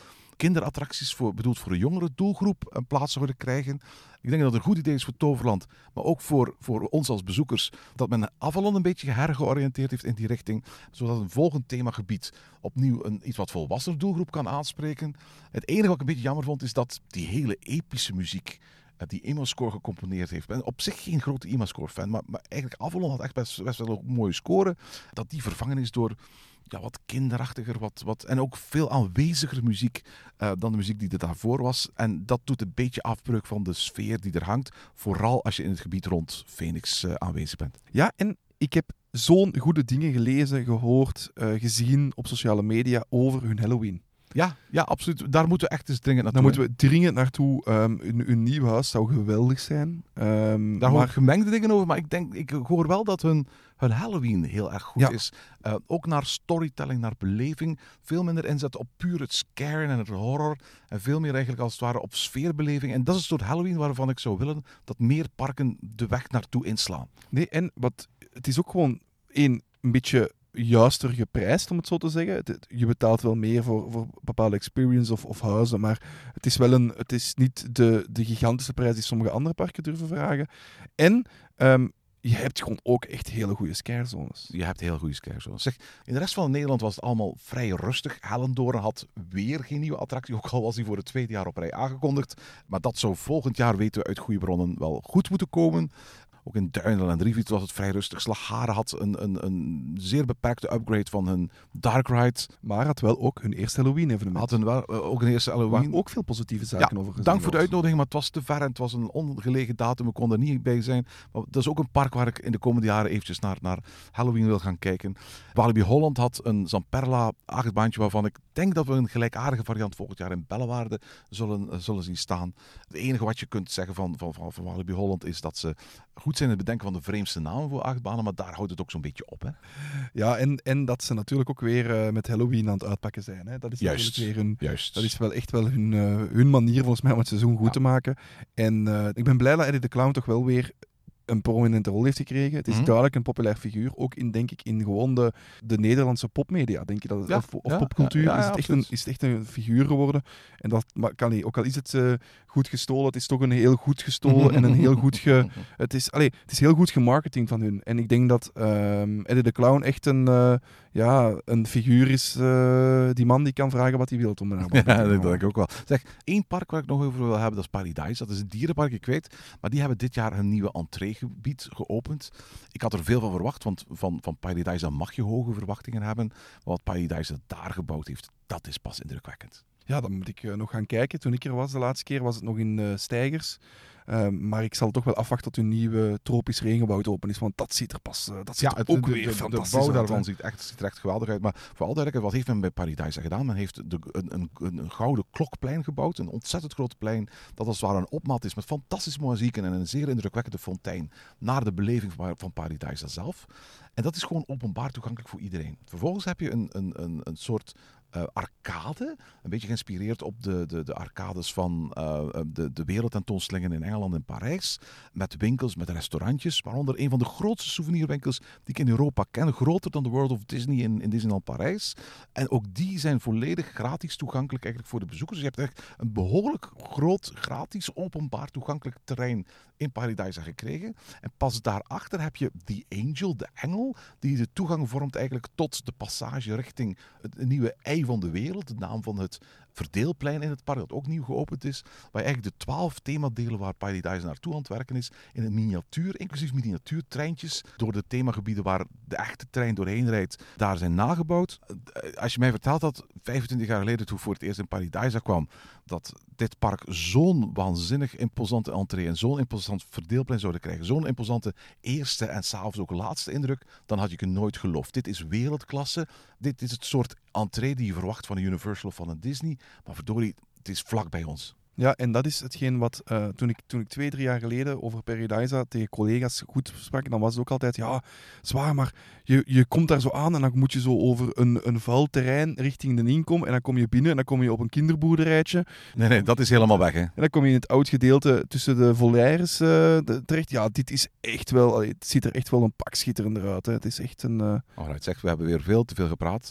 kinderattracties voor, bedoeld voor een jongere doelgroep een plaats zouden krijgen. Ik denk dat het een goed idee is voor Toverland, maar ook voor, voor ons als bezoekers, dat men Avalon een beetje hergeoriënteerd heeft in die richting, zodat een volgend themagebied opnieuw een iets wat volwassener doelgroep kan aanspreken. Het enige wat ik een beetje jammer vond, is dat die hele epische muziek die IMAscore gecomponeerd heeft. Ik ben op zich geen grote IMAscore-fan, maar, maar eigenlijk Avalon had echt best, best wel een mooie score. Dat die vervangen is door ja, wat kinderachtiger wat, wat, en ook veel aanweziger muziek uh, dan de muziek die er daarvoor was. En dat doet een beetje afbreuk van de sfeer die er hangt. Vooral als je in het gebied rond Phoenix uh, aanwezig bent. Ja, en ik heb zo'n goede dingen gelezen, gehoord, uh, gezien op sociale media over hun Halloween. Ja, ja, absoluut. Daar moeten we echt eens dringend naartoe. Daar moeten we dringend naartoe. Um, een, een nieuw huis zou geweldig zijn. Um, Daar hoor maar... ik gemengde dingen over, maar ik denk, ik hoor wel dat hun, hun Halloween heel erg goed ja. is. Uh, ook naar storytelling, naar beleving. Veel minder inzet op puur het scaren en het horror. En veel meer eigenlijk als het ware op sfeerbeleving. En dat is het soort Halloween waarvan ik zou willen dat meer parken de weg naartoe inslaan. Nee, en wat, het is ook gewoon één, een beetje juister geprijsd, om het zo te zeggen. Het, het, je betaalt wel meer voor, voor bepaalde experience of, of huizen, maar het is wel een, het is niet de, de gigantische prijs die sommige andere parken durven vragen. En um, je hebt gewoon ook echt hele goede scarezones. Je hebt hele goede scarezones. Zeg, in de rest van Nederland was het allemaal vrij rustig. Hellendoorn had weer geen nieuwe attractie, ook al was die voor het tweede jaar op rij aangekondigd. Maar dat zou volgend jaar, weten we uit goede bronnen, wel goed moeten komen. Ook in Duinel en Rivit was het vrij rustig. Slagharen had een, een, een zeer beperkte upgrade van hun Dark Ride. Maar had wel ook hun eerste Halloween-evenement. Had een, wel, ook een eerste Halloween. Waar ook veel positieve zaken ja, over gezien dank voor de was. uitnodiging, maar het was te ver en het was een ongelegen datum. We konden er niet bij zijn. Maar dat is ook een park waar ik in de komende jaren eventjes naar, naar Halloween wil gaan kijken. Walibi Holland had een Zamperla achtbaantje waarvan ik denk dat we een gelijkaardige variant volgend jaar in Bellewaarde zullen, uh, zullen zien staan. Het enige wat je kunt zeggen van, van, van, van Walibi Holland is dat ze goed zijn in het bedenken van de vreemdste namen voor achtbanen, maar daar houdt het ook zo'n beetje op. Hè? Ja, en, en dat ze natuurlijk ook weer uh, met Halloween aan het uitpakken zijn. Hè? Dat is Juist. weer hun, Juist. Dat is wel echt wel hun, uh, hun manier volgens mij om het seizoen goed ja. te maken. En uh, ik ben blij dat Eddie de Clown toch wel weer een prominente rol heeft gekregen. Het is mm-hmm. duidelijk een populair figuur. Ook in, denk ik, in gewoon de, de Nederlandse popmedia. Denk je dat het, ja, of of ja, popcultuur ja, ja, is, het echt een, is het echt een figuur geworden. En dat kan niet. Ook al is het uh, goed gestolen, het is toch een heel goed gestolen en een heel goed ge... Het is, allee, het is heel goed gemarketing van hun. En ik denk dat um, Eddie de Clown echt een, uh, ja, een figuur is. Uh, die man die kan vragen wat hij wil om een Ja, dat denk ik ook wel. Zeg, één park waar ik nog over wil hebben, dat is Paradise. Dat is een dierenpark, ik weet. Maar die hebben dit jaar een nieuwe entreegebied geopend. Ik had er veel van verwacht, want van, van Paradise mag je hoge verwachtingen hebben. Maar wat Paradise daar gebouwd heeft, dat is pas indrukwekkend. Ja, dan moet ik uh, nog gaan kijken. Toen ik er was de laatste keer, was het nog in uh, Steigers. Uh, maar ik zal toch wel afwachten tot een nieuwe tropisch regenwoud open is, want dat ziet er pas uh, dat ziet ja, er het, ook de, weer de, fantastisch de bouw uit, daarvan hè? ziet, echt, ziet er echt geweldig uit. Maar vooral duidelijk, wat heeft men bij Paradise gedaan? Men heeft de, een, een, een gouden klokplein gebouwd, een ontzettend groot plein, dat als het ware een opmat is met fantastische muziek en een zeer indrukwekkende fontein naar de beleving van, van Paradise zelf. En dat is gewoon openbaar toegankelijk voor iedereen. Vervolgens heb je een, een, een, een soort Uh, arcade, een beetje geïnspireerd op de, de, de arcades van uh, de, de wereldtentoonstellingen in Engeland en Parijs, met winkels, met restaurantjes, waaronder een van de grootste souvenirwinkels die ik in Europa ken, groter dan de World of Disney in, in Disneyland Parijs. En ook die zijn volledig gratis toegankelijk eigenlijk voor de bezoekers. Dus je hebt echt een behoorlijk groot, gratis, openbaar toegankelijk terrein in Paradise gekregen. En pas daarachter heb je The Angel, de engel, die de toegang vormt eigenlijk tot de passage richting het nieuwe ei van de wereld, de naam van het verdeelplein in het park, dat ook nieuw geopend is, waar je eigenlijk de twaalf themadelen waar Paradise naartoe aan het werken is, in een miniatuur, inclusief miniatuurtreintjes, door de themagebieden waar de echte trein doorheen rijdt, daar zijn nagebouwd. Als je mij vertelt dat vijfentwintig jaar geleden, toen voor het eerst in Paradise kwam, dat dit park zo'n waanzinnig imposante entree en zo'n imposant verdeelplein zouden krijgen, zo'n imposante eerste en s'avonds ook laatste indruk, dan had je het nooit geloofd. Dit is wereldklasse. Dit is het soort entree die je verwacht van een Universal of van een Disney. Maar verdorie, het is vlak bij ons. Ja, en dat is hetgeen wat uh, toen, ik, toen ik twee, drie jaar geleden over Paradise tegen collega's goed sprak, dan was het ook altijd, ja, zwaar, maar je, je komt daar zo aan en dan moet je zo over een, een vuil terrein richting de inkom en dan kom je binnen en dan kom je op een kinderboerderijtje. Nee, nee, dat is helemaal weg, hè. En dan kom je in het oud gedeelte tussen de volières uh, terecht. Ja, dit is echt wel, allee, het ziet er echt wel een pak schitterender uit, hè. Het is echt een... Uh... Alright, zeg, we hebben weer veel te veel gepraat.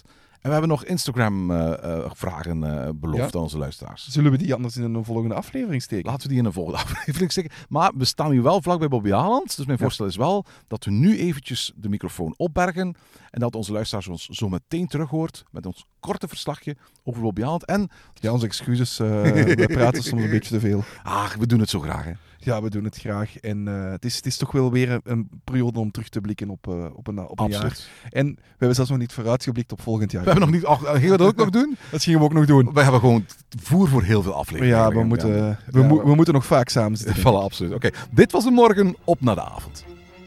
En we hebben nog Instagram-vragen uh, uh, beloofd Ja? aan onze luisteraars. Zullen we die anders in een volgende aflevering steken? Laten we die in een volgende aflevering steken. Maar we staan hier wel vlak bij Bobby Haaland. Dus mijn Ja. voorstel is wel dat we nu eventjes de microfoon opbergen. En dat onze luisteraars ons zo meteen terug hoort met ons korte verslagje over Bobby Haaland. En, Ja, onze excuses. Uh, wij praten soms een beetje te veel. ah, we doen het zo graag, hè. Ja, we doen het graag. En uh, het, is, het is toch wel weer een periode om terug te blikken op, uh, op een, op een jaar. Absoluut. En we hebben zelfs nog niet vooruitgeblikt op volgend jaar. We hebben nog niet... Ach, gaan we dat ook nog doen? Dat gingen we ook nog doen. We hebben gewoon voer voor heel veel afleveringen. Ja, we moeten, Ja. we, Ja. mo- we moeten nog vaak samen zitten. Voilà, absoluut. Oké, dit was de morgen op naar de avond.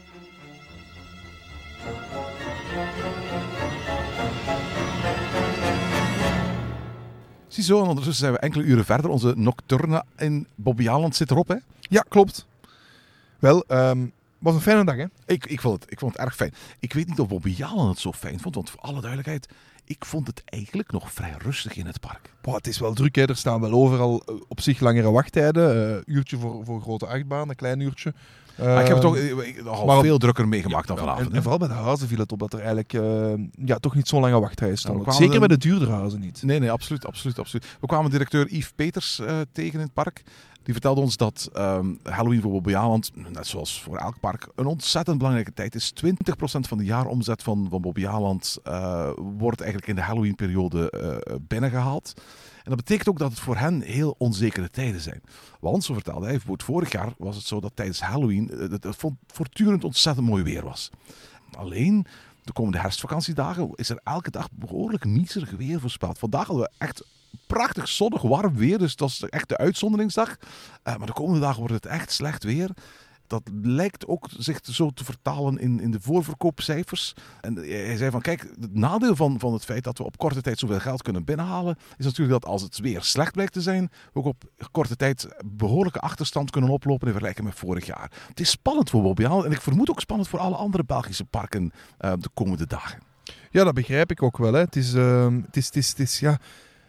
Ziezo, en ondertussen zijn we enkele uren verder. Onze nocturne in Bobby Haaland zit erop, hè? Ja, klopt. Wel, um, was een fijne dag, hè? Ik, ik, vond het, ik vond het erg fijn. Ik weet niet of Bobby Haaland het zo fijn vond, want voor alle duidelijkheid, ik vond het eigenlijk nog vrij rustig in het park. Boah, het is wel druk, hè. Er staan wel overal uh, op zich langere wachttijden. Uh, uurtje voor, voor grote achtbaan, een klein uurtje. Maar ik heb het toch Uh, eh, nogal maar op- veel drukker meegemaakt dan ja, vanavond. En, hè? en vooral bij de huizen viel het op dat er eigenlijk uh, ja, toch niet zo'n lange wachttijen stonden. we kwamen Zeker er- bij de duurdere huizen niet. Nee, nee, absoluut, absoluut, absoluut. We kwamen directeur Yves Peters uh, tegen in het park. Die vertelde ons dat um, Halloween voor Bobby Haaland, net zoals voor elk park, een ontzettend belangrijke tijd is. twintig procent van de jaaromzet van, van Bobby Haaland uh, wordt eigenlijk in de Halloween-periode uh, binnengehaald. En dat betekent ook dat het voor hen heel onzekere tijden zijn. Want, zo vertelde hij, vorig jaar was het zo dat tijdens Halloween uh, het, het voortdurend ontzettend mooi weer was. Alleen, de komende herfstvakantiedagen is er elke dag behoorlijk miserig weer voorspeld. Vandaag hadden we echt prachtig zonnig warm weer, dus dat is echt de uitzonderingsdag. Uh, maar de komende dagen wordt het echt slecht weer. Dat lijkt ook zich zo te vertalen in, in de voorverkoopcijfers. En hij zei van, kijk, het nadeel van, van het feit dat we op korte tijd zoveel geld kunnen binnenhalen, is natuurlijk dat als het weer slecht blijkt te zijn, we ook op korte tijd behoorlijke achterstand kunnen oplopen in vergelijking met vorig jaar. Het is spannend voor Bobby Haaland en ik vermoed ook spannend voor alle andere Belgische parken uh, de komende dagen. Ja, dat begrijp ik ook wel. Hè. Het is, uh, het is, het is, het is ja,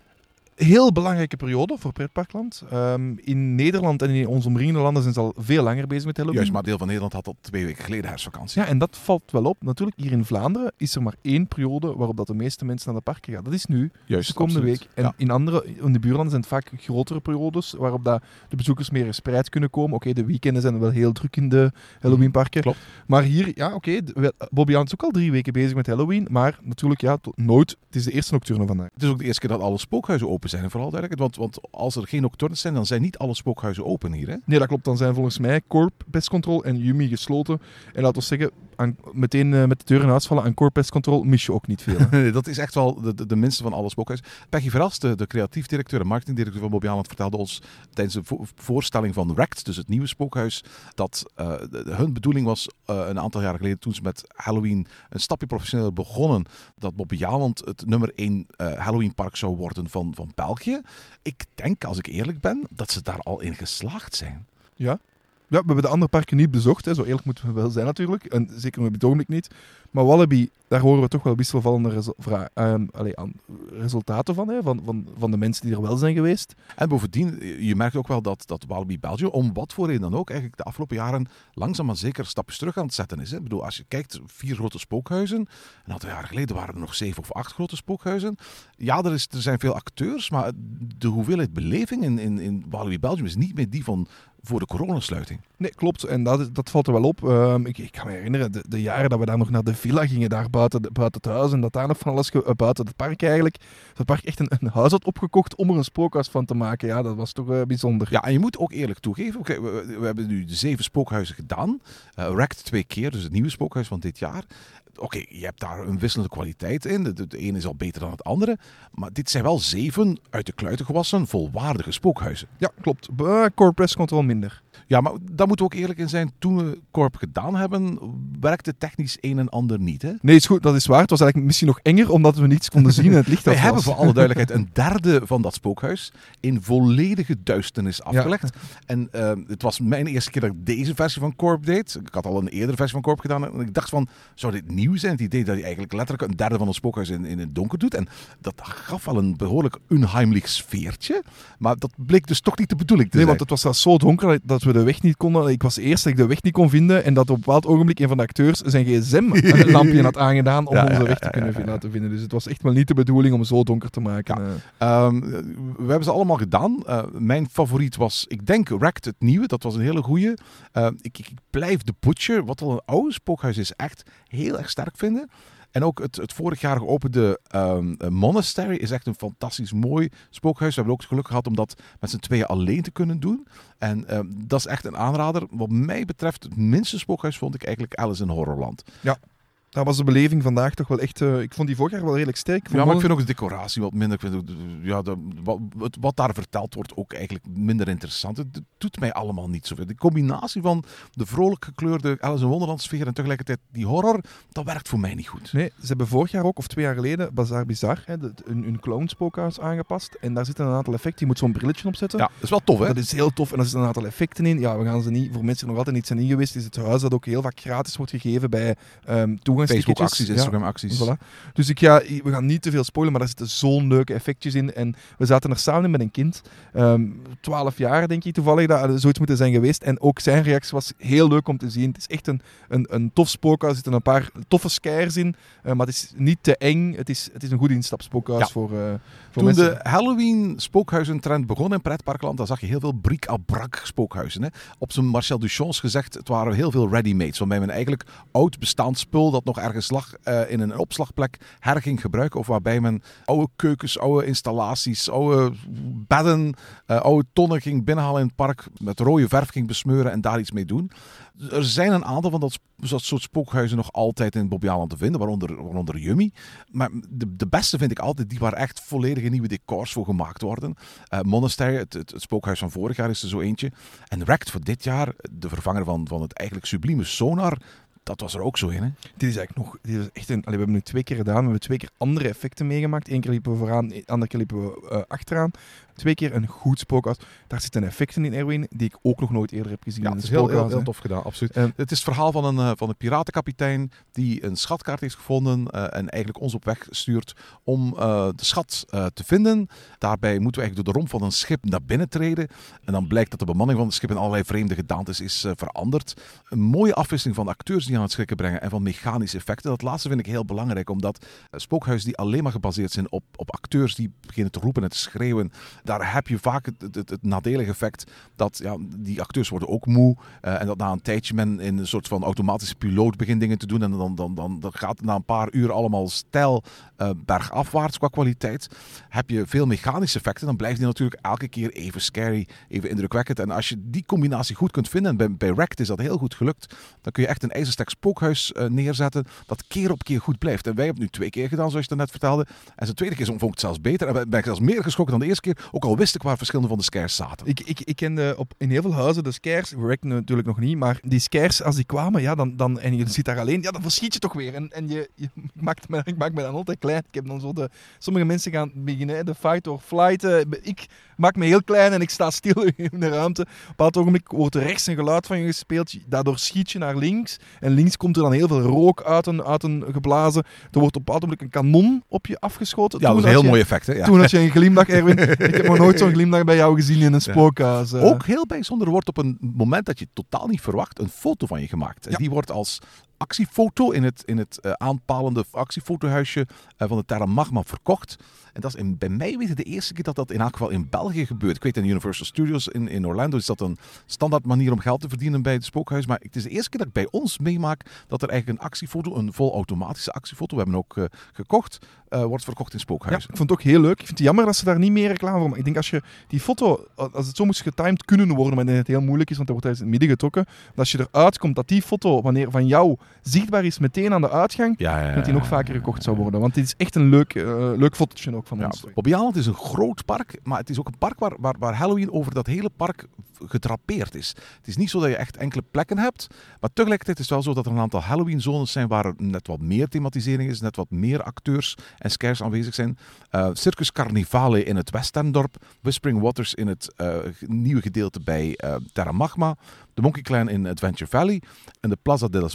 een heel belangrijke periode voor pretparkland. Um, in Nederland en in onze omringende landen zijn ze al veel langer bezig met Halloween. Juist, maar deel van Nederland had al twee weken geleden herfstvakantie. Ja, en dat valt wel op. Natuurlijk, hier in Vlaanderen is er maar één periode waarop dat de meeste mensen naar de parken gaan. Dat is nu, Juist, de komende absoluut. week. En Ja. in andere, in de buurlanden zijn het vaak grotere periodes waarop dat de bezoekers meer gespreid kunnen komen. Oké, okay, de weekenden zijn wel heel druk in de Halloweenparken. Klopt. Maar hier, ja, oké, okay, Bobby Haaland is ook al drie weken bezig met Halloween. Maar natuurlijk, ja, tot nooit. Het is de eerste nocturne vandaag. Het is ook de eerste keer dat alle spookhuizen open zijn. En vooral duidelijk, want, want als er geen nocturnes zijn, dan zijn niet alle spookhuizen open hier. Hè? Nee, dat klopt. Dan zijn volgens mij Corp, Pest Control en Yumi gesloten. En laten we zeggen, aan, meteen uh, met de deur in huis vallen aan Corp, Pest Control mis je ook niet veel. Hè? Dat is echt wel de, de, de minste van alle spookhuizen. Peggy Verhulst, de, de creatief directeur en marketingdirecteur van Bobby Haaland, vertelde ons tijdens de vo- voorstelling van Wrecked, dus het nieuwe spookhuis, dat uh, de, de, hun bedoeling was uh, een aantal jaren geleden, toen ze met Halloween een stapje professioneler begonnen, dat Bobby Haaland het nummer één uh, Halloween park zou worden van, van België. Ik denk, als ik eerlijk ben, dat ze daar al in geslaagd zijn. Ja. Ja, we hebben de andere parken niet bezocht. Hè. Zo eerlijk moeten we wel zijn natuurlijk. En zeker op het ogenblik niet. Maar Walibi, daar horen we toch wel wisselvallende resu- vra- um, allee, aan, resultaten van, hè, van, van. Van de mensen die er wel zijn geweest. En bovendien, je merkt ook wel dat, dat Walibi Belgium, om wat voor reden dan ook, eigenlijk de afgelopen jaren langzaam maar zeker stapjes terug aan het zetten is. Hè. Ik bedoel, als je kijkt, vier grote spookhuizen. Een aantal jaren geleden waren er nog zeven of acht grote spookhuizen. Ja, er, is, er zijn veel acteurs, maar de hoeveelheid beleving in, in, in Walibi Belgium is niet meer die van voor de coronasluiting. Nee, klopt. En dat, is- dat valt er wel op. Um, ik, ik kan me herinneren, de, de jaren dat we daar nog naar de villa gingen, daar buiten, de- buiten het huis. En dat daar nog van alles, ge- uh, buiten het park eigenlijk. Dat het park echt een, een huis had opgekocht om er een spookhuis van te maken. Ja, dat was toch uh, bijzonder. Ja, en je moet ook eerlijk toegeven, okay, we, we hebben nu de zeven spookhuizen gedaan. Uh, Wrecked twee keer, dus het nieuwe spookhuis van dit jaar. Oké, okay, je hebt daar een wisselende kwaliteit in. De, de, de ene is al beter dan het andere. Maar dit zijn wel zeven uit de kluiten gewassen, volwaardige spookhuizen. Ja, klopt. Uh, Core Press Control minder. Ja, maar daar moeten we ook eerlijk in zijn. Toen we Corp gedaan hebben, werkte technisch een en ander niet. Hè? Nee, is goed, dat is waar. Het was eigenlijk misschien nog enger, omdat we niets konden zien en het licht Wij af hebben was. voor alle duidelijkheid een derde van dat spookhuis in volledige duisternis afgelegd. En uh, het was mijn eerste keer dat ik deze versie van Corp deed. Ik had al een eerdere versie van Corp gedaan. En ik dacht van, zou dit nieuwe nieuw zijn. Het idee dat je eigenlijk letterlijk een derde van een spookhuis in, in het donker doet. En dat gaf wel een behoorlijk unheimlich sfeertje. Maar dat bleek dus toch niet de bedoeling te Nee, zijn. want het was zelfs zo donker dat we de weg niet konden. Ik was de eerste dat ik de weg niet kon vinden. En dat op een bepaald ogenblik een van de acteurs zijn gsm-lampje had aangedaan om Ja, onze ja, weg te ja, kunnen ja, ja. laten vinden. Dus het was echt wel niet de bedoeling om zo donker te maken. Ja. eh. Um, we hebben ze allemaal gedaan. Uh, mijn favoriet was, ik denk, Wrecked, het nieuwe. Dat was een hele goeie. Uh, ik, ik blijf The Butcher, wat wel een oude spookhuis is, echt heel erg sterk vinden. En ook het, het vorig jaar geopende um, Monastery is echt een fantastisch mooi spookhuis. We hebben ook het geluk gehad om dat met z'n tweeën alleen te kunnen doen. En um, dat is echt een aanrader. Wat mij betreft, het minste spookhuis vond ik eigenlijk Alice in Horrorland. Ja. Dat was de beleving vandaag toch wel echt... Uh, ik vond die vorig jaar wel redelijk sterk. Ik Ja, maar wel... ik vind ook de decoratie wat minder. Ik vind ook, ja, de, wat, wat daar verteld wordt ook eigenlijk minder interessant. Het doet mij allemaal niet zoveel. De combinatie van de vrolijk gekleurde Alice in Wonderland sfeer en tegelijkertijd die horror, dat werkt voor mij niet goed. Nee, ze hebben vorig jaar ook, of twee jaar geleden, Bazaar Bizar, hè, de, een, een clownspookhuis aangepast. En daar zitten een aantal effecten. Je moet zo'n brilletje opzetten. Ja, dat is wel tof, hè? Dat is heel tof en er zitten een aantal effecten in. Ja, we gaan ze niet, voor mensen die nog altijd niet zijn in geweest, is het huis dat ook heel vaak gratis wordt gegeven bij um, toegangsticketjes. Facebook-acties, Instagram-acties. Ja, voilà. Dus ik ga, we gaan niet te veel spoilen, maar daar zitten zo'n leuke effectjes in. En we zaten er samen in met een kind, um, twaalf jaar denk ik toevallig, dat er zoiets moeten zijn geweest. En ook zijn reactie was heel leuk om te zien. Het is echt een, een, een tof spookhuis, er zitten een paar toffe scares in, uh, maar het is niet te eng. Het is, het is een goed instapspookhuis Ja. voor, uh, voor Toen mensen. de Halloween-spookhuizentrend begon in pretparkland, dan zag je heel veel bric-à-brac spookhuizen. Hè? Op zijn Marcel Duchamps gezegd, het waren heel veel ready-mates. Waarbij men eigenlijk oud bestaand spul dat nog ergens lag uh, in een opslagplek her ging gebruiken. Of waarbij men oude keukens, oude installaties, oude bedden, uh, oude tonnen ging binnenhalen in het park. Met rode verf ging besmeuren en daar iets mee doen. Er zijn een aantal van dat, dat soort spookhuizen nog altijd in Bobbejaanland te vinden, waaronder, waaronder Yummy. Maar de, de beste vind ik altijd die waar echt volledige nieuwe decors voor gemaakt worden. Uh, Monastery, het, het, het spookhuis van vorig jaar, is er zo eentje. En Wrecked voor dit jaar, de vervanger van, van het eigenlijk sublieme Sonar, dat was er ook zo in, hè? Dit is eigenlijk nog... Dit is echt een, allee, we hebben nu twee keer gedaan. We hebben twee keer andere effecten meegemaakt. Eén keer liepen we vooraan, de andere keer liepen we uh, achteraan. Twee keer een goed spookhuis. Daar zitten effecten in, Erwin, die ik ook nog nooit eerder heb gezien. Ja, in het is een heel, spookhuis, heel, heel hè. tof gedaan, absoluut. Um, het is het verhaal van een, uh, van een piratenkapitein die een schatkaart heeft gevonden uh, en eigenlijk ons op weg stuurt om uh, de schat uh, te vinden. Daarbij moeten we eigenlijk door de romp van een schip naar binnen treden. En dan blijkt dat de bemanning van het schip in allerlei vreemde gedaantes is uh, veranderd. Een mooie afwisseling van acteurs die aan het schrikken brengen en van mechanische effecten. Dat laatste vind ik heel belangrijk, omdat uh, spookhuizen die alleen maar gebaseerd zijn op, op acteurs die beginnen te roepen en te schreeuwen, daar heb je vaak het, het, het nadelige effect dat ja, die acteurs worden ook moe uh, en dat na een tijdje men in een soort van automatische piloot begint dingen te doen en dan, dan, dan, dan gaat het na een paar uur allemaal stijl uh, bergafwaarts qua kwaliteit. Heb je veel mechanische effecten, dan blijft die natuurlijk elke keer even scary, even indrukwekkend. En als je die combinatie goed kunt vinden, en bij, bij Wrecked is dat heel goed gelukt, dan kun je echt een ijzersterk spookhuis uh, neerzetten dat keer op keer goed blijft. En wij hebben het nu twee keer gedaan, zoals je net vertelde. En zijn tweede keer vond ik het zelfs beter. En ben ik zelfs meer geschrokken dan de eerste keer, ook al wist ik waar verschillende van de scares zaten. Ik, ik, ik kende op, in heel veel huizen de scares, Wrecked natuurlijk nog niet, maar die scares, als die kwamen, ja, dan, dan, en je zit daar alleen, ja, dan verschiet je toch weer. En, en je, je maakt me, ik maak me dan altijd klein. Ik heb dan zo de, sommige mensen gaan beginnen, de fight or flight. Uh, ik maak me heel klein en ik sta stil in de ruimte. Op een bepaald ogenblik wordt er rechts een geluid van je gespeeld. Daardoor schiet je naar links. En links komt er dan heel veel rook uit een, uit een geblazen. Er wordt op een bepaald ogenblik een kanon op je afgeschoten. Ja, dat is een heel mooi effect, hè? Ja. Toen had je een glimlach, Erwin. Ik heb nog nooit zo'n glimlach bij jou gezien in een spookhuis. Uh. Ook heel bijzonder wordt op een moment dat je totaal niet verwacht een foto van je gemaakt. En ja. die wordt als actiefoto in het, in het uh, aanpalende actiefotohuisje uh, van de Terra Magma verkocht. En dat is in, bij mij weten de eerste keer dat dat in elk geval in België gebeurt. Ik weet in Universal Studios in, in Orlando is dat een standaard manier om geld te verdienen bij het spookhuis. Maar het is de eerste keer dat ik bij ons meemaak dat er eigenlijk een actiefoto, een vol automatische actiefoto, we hebben ook uh, gekocht, uh, wordt verkocht in spookhuizen. Ja, ik vond het ook heel leuk. Ik vind het jammer dat ze daar niet meer reclame voor maken. Ik denk als je die foto, als het zo moest getimed kunnen worden, maar ik denk dat het heel moeilijk is, want er wordt tijdens het midden getrokken, dat als je eruit komt dat die foto, wanneer van jou zichtbaar is meteen aan de uitgang, ja, ja, ja, dat die nog vaker gekocht zou worden. Want dit is echt een leuk, uh, leuk fotootje ook van ja, ons. Bobbejaanland is een groot park, maar het is ook een park waar, waar, waar Halloween over dat hele park gedrapeerd is. Het is niet zo dat je echt enkele plekken hebt, maar tegelijkertijd is het wel zo dat er een aantal Halloween-zones zijn waar er net wat meer thematisering is, net wat meer acteurs en scares aanwezig zijn. Uh, Circus Carnivale in het Westerndorp, Whispering Waters in het uh, nieuwe gedeelte bij uh, Terra Magma, de Monkey Clan in Adventure Valley en de Plaza de los Muertos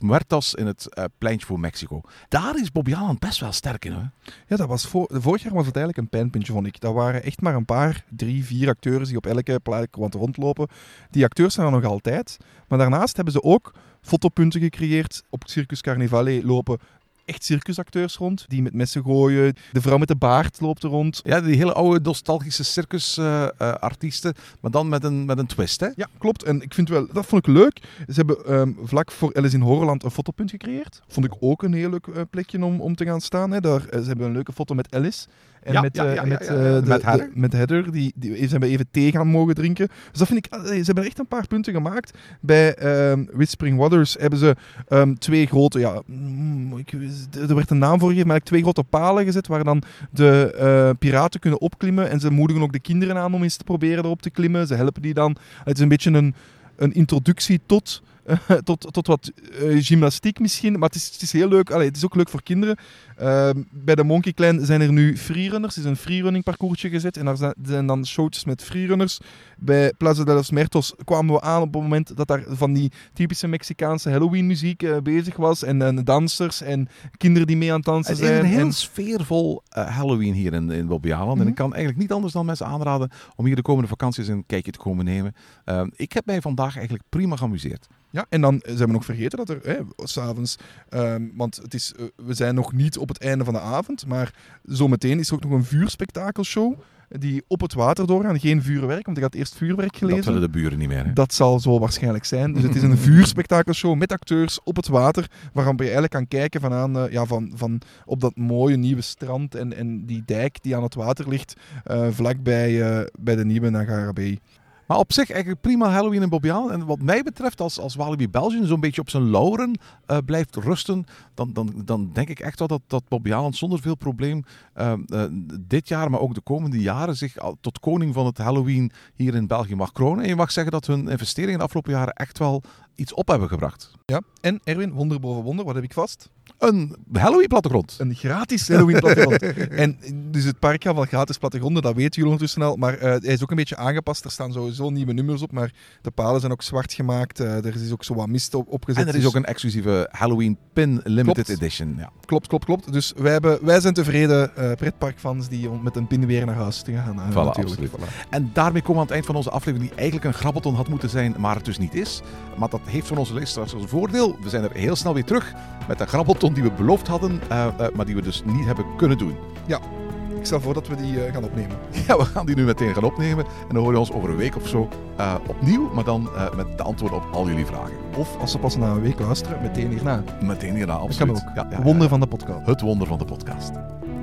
was in het uh, pleintje voor Mexico. Daar is Bobby Aland best wel sterk in. Hè? Ja, dat was voor, vorig jaar was het eigenlijk een pijnpuntje, vond ik. Dat waren echt maar een paar, drie, vier acteurs die op elke plek want rondlopen. Die acteurs zijn er nog altijd. Maar daarnaast hebben ze ook fotopunten gecreëerd. Op Circus Carnevale lopen echt circusacteurs rond, die met messen gooien. De vrouw met de baard loopt er rond. Ja, die hele oude nostalgische circusartiesten, uh, uh, maar dan met een, met een twist, hè? Ja, klopt. En ik vind wel, dat vond ik leuk. Ze hebben um, vlak voor Alice in Horrorland een fotopunt gecreëerd. Vond ik ook een heel leuk uh, plekje om, om te gaan staan. Hè. Daar, uh, ze hebben een leuke foto met Alice. En ja, met, ja, ja, uh, ja, met, ja, ja, ja. uh, de, met Heather. De, met Heather, die, die, ze hebben even thee gaan mogen drinken. Dus dat vind ik, uh, ze hebben echt een paar punten gemaakt. Bij um, Whispering Waters hebben ze um, twee grote, ja, mm, ik, er werd een naam voor gegeven, maar twee grote palen gezet waar dan de uh, piraten kunnen opklimmen. En ze moedigen ook de kinderen aan om eens te proberen erop te klimmen. Ze helpen die dan. Het is een beetje een, een introductie tot... Uh, tot, tot wat uh, gymnastiek misschien, maar het is, het is heel leuk. Allee, het is ook leuk voor kinderen. Uh, bij de Monkey Clan zijn er nu freerunners. Er is een freerunning parcoursje gezet en daar zijn, zijn dan showtjes met freerunners. Bij Plaza de los Muertos kwamen we aan op het moment dat daar van die typische Mexicaanse Halloween muziek uh, bezig was en, en dansers en kinderen die mee aan het dansen zijn. Het is een heel en... sfeervol uh, Halloween hier in, in Bobby Aland. Mm-hmm. En ik kan eigenlijk niet anders dan mensen aanraden om hier de komende vakanties een kijkje te komen nemen. Uh, ik heb mij vandaag eigenlijk prima geamuseerd. Ja, en dan zijn we nog vergeten dat er, hè, s'avonds, um, want het is, uh, we zijn nog niet op het einde van de avond, maar zometeen is er ook nog een vuurspektakelshow die op het water doorgaan. Geen vuurwerk, want ik had eerst vuurwerk gelezen. Dat willen de buren niet meer. Hè? Dat zal zo waarschijnlijk zijn. Dus het is een vuurspektakelshow met acteurs op het water, waarop je eigenlijk kan kijken van, aan, uh, ja, van, van op dat mooie nieuwe strand en, en die dijk die aan het water ligt, uh, vlakbij uh, bij de nieuwe Niagara Bay. Maar op zich eigenlijk prima Halloween in Bobby Aland. En wat mij betreft, als, als Walibi Belgium zo'n beetje op zijn lauren uh, blijft rusten, dan, dan, dan denk ik echt wel dat, dat Bobby Aland zonder veel probleem uh, uh, dit jaar, maar ook de komende jaren, zich tot koning van het Halloween hier in België mag kronen. En je mag zeggen dat hun investeringen de afgelopen jaren echt wel iets op hebben gebracht. Ja, en Erwin, wonder boven wonder, wat heb ik vast? Een Halloween-plattegrond. Een gratis Halloween-plattegrond. En dus het park gaat wel gratis plattegronden, dat weten jullie ondertussen al. Maar uh, hij is ook een beetje aangepast. Er staan sowieso nieuwe nummers op, maar de palen zijn ook zwart gemaakt. Uh, er is ook zo wat mist op, opgezet. En er is ook een exclusieve Halloween Pin Limited klopt. Edition. Ja. Klopt, klopt, klopt. Dus wij, hebben, wij zijn tevreden uh, pretparkfans die met een pin weer naar huis te gaan. Uh, voilà, natuurlijk. Voilà. En daarmee komen we aan het eind van onze aflevering, die eigenlijk een grabbelton had moeten zijn, maar het dus niet is. Maar dat heeft van onze luisteraars als voordeel. We zijn er heel snel weer terug met een grabbelton die we beloofd hadden, uh, uh, maar die we dus niet hebben kunnen doen. Ja, ik stel voor dat we die uh, gaan opnemen. Ja, we gaan die nu meteen gaan opnemen. En dan horen we ons over een week of zo uh, opnieuw, maar dan uh, met de antwoorden op al jullie vragen. Of als ze pas na een week luisteren, meteen hierna. Meteen hierna, absoluut. Dat kan ook. Ja, ja, wonder ja. van de podcast. Het wonder van de podcast.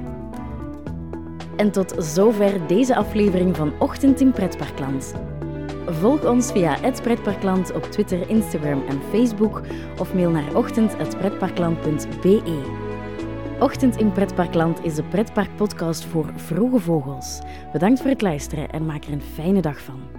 En tot zover deze aflevering van Ochtend in Pretparkland. Volg ons via het pretparkland op Twitter, Instagram en Facebook of mail naar ochtend apenstaartje pretparkland punt b e. Ochtend in Pretparkland is de pretparkpodcast voor vroege vogels. Bedankt voor het luisteren en maak er een fijne dag van.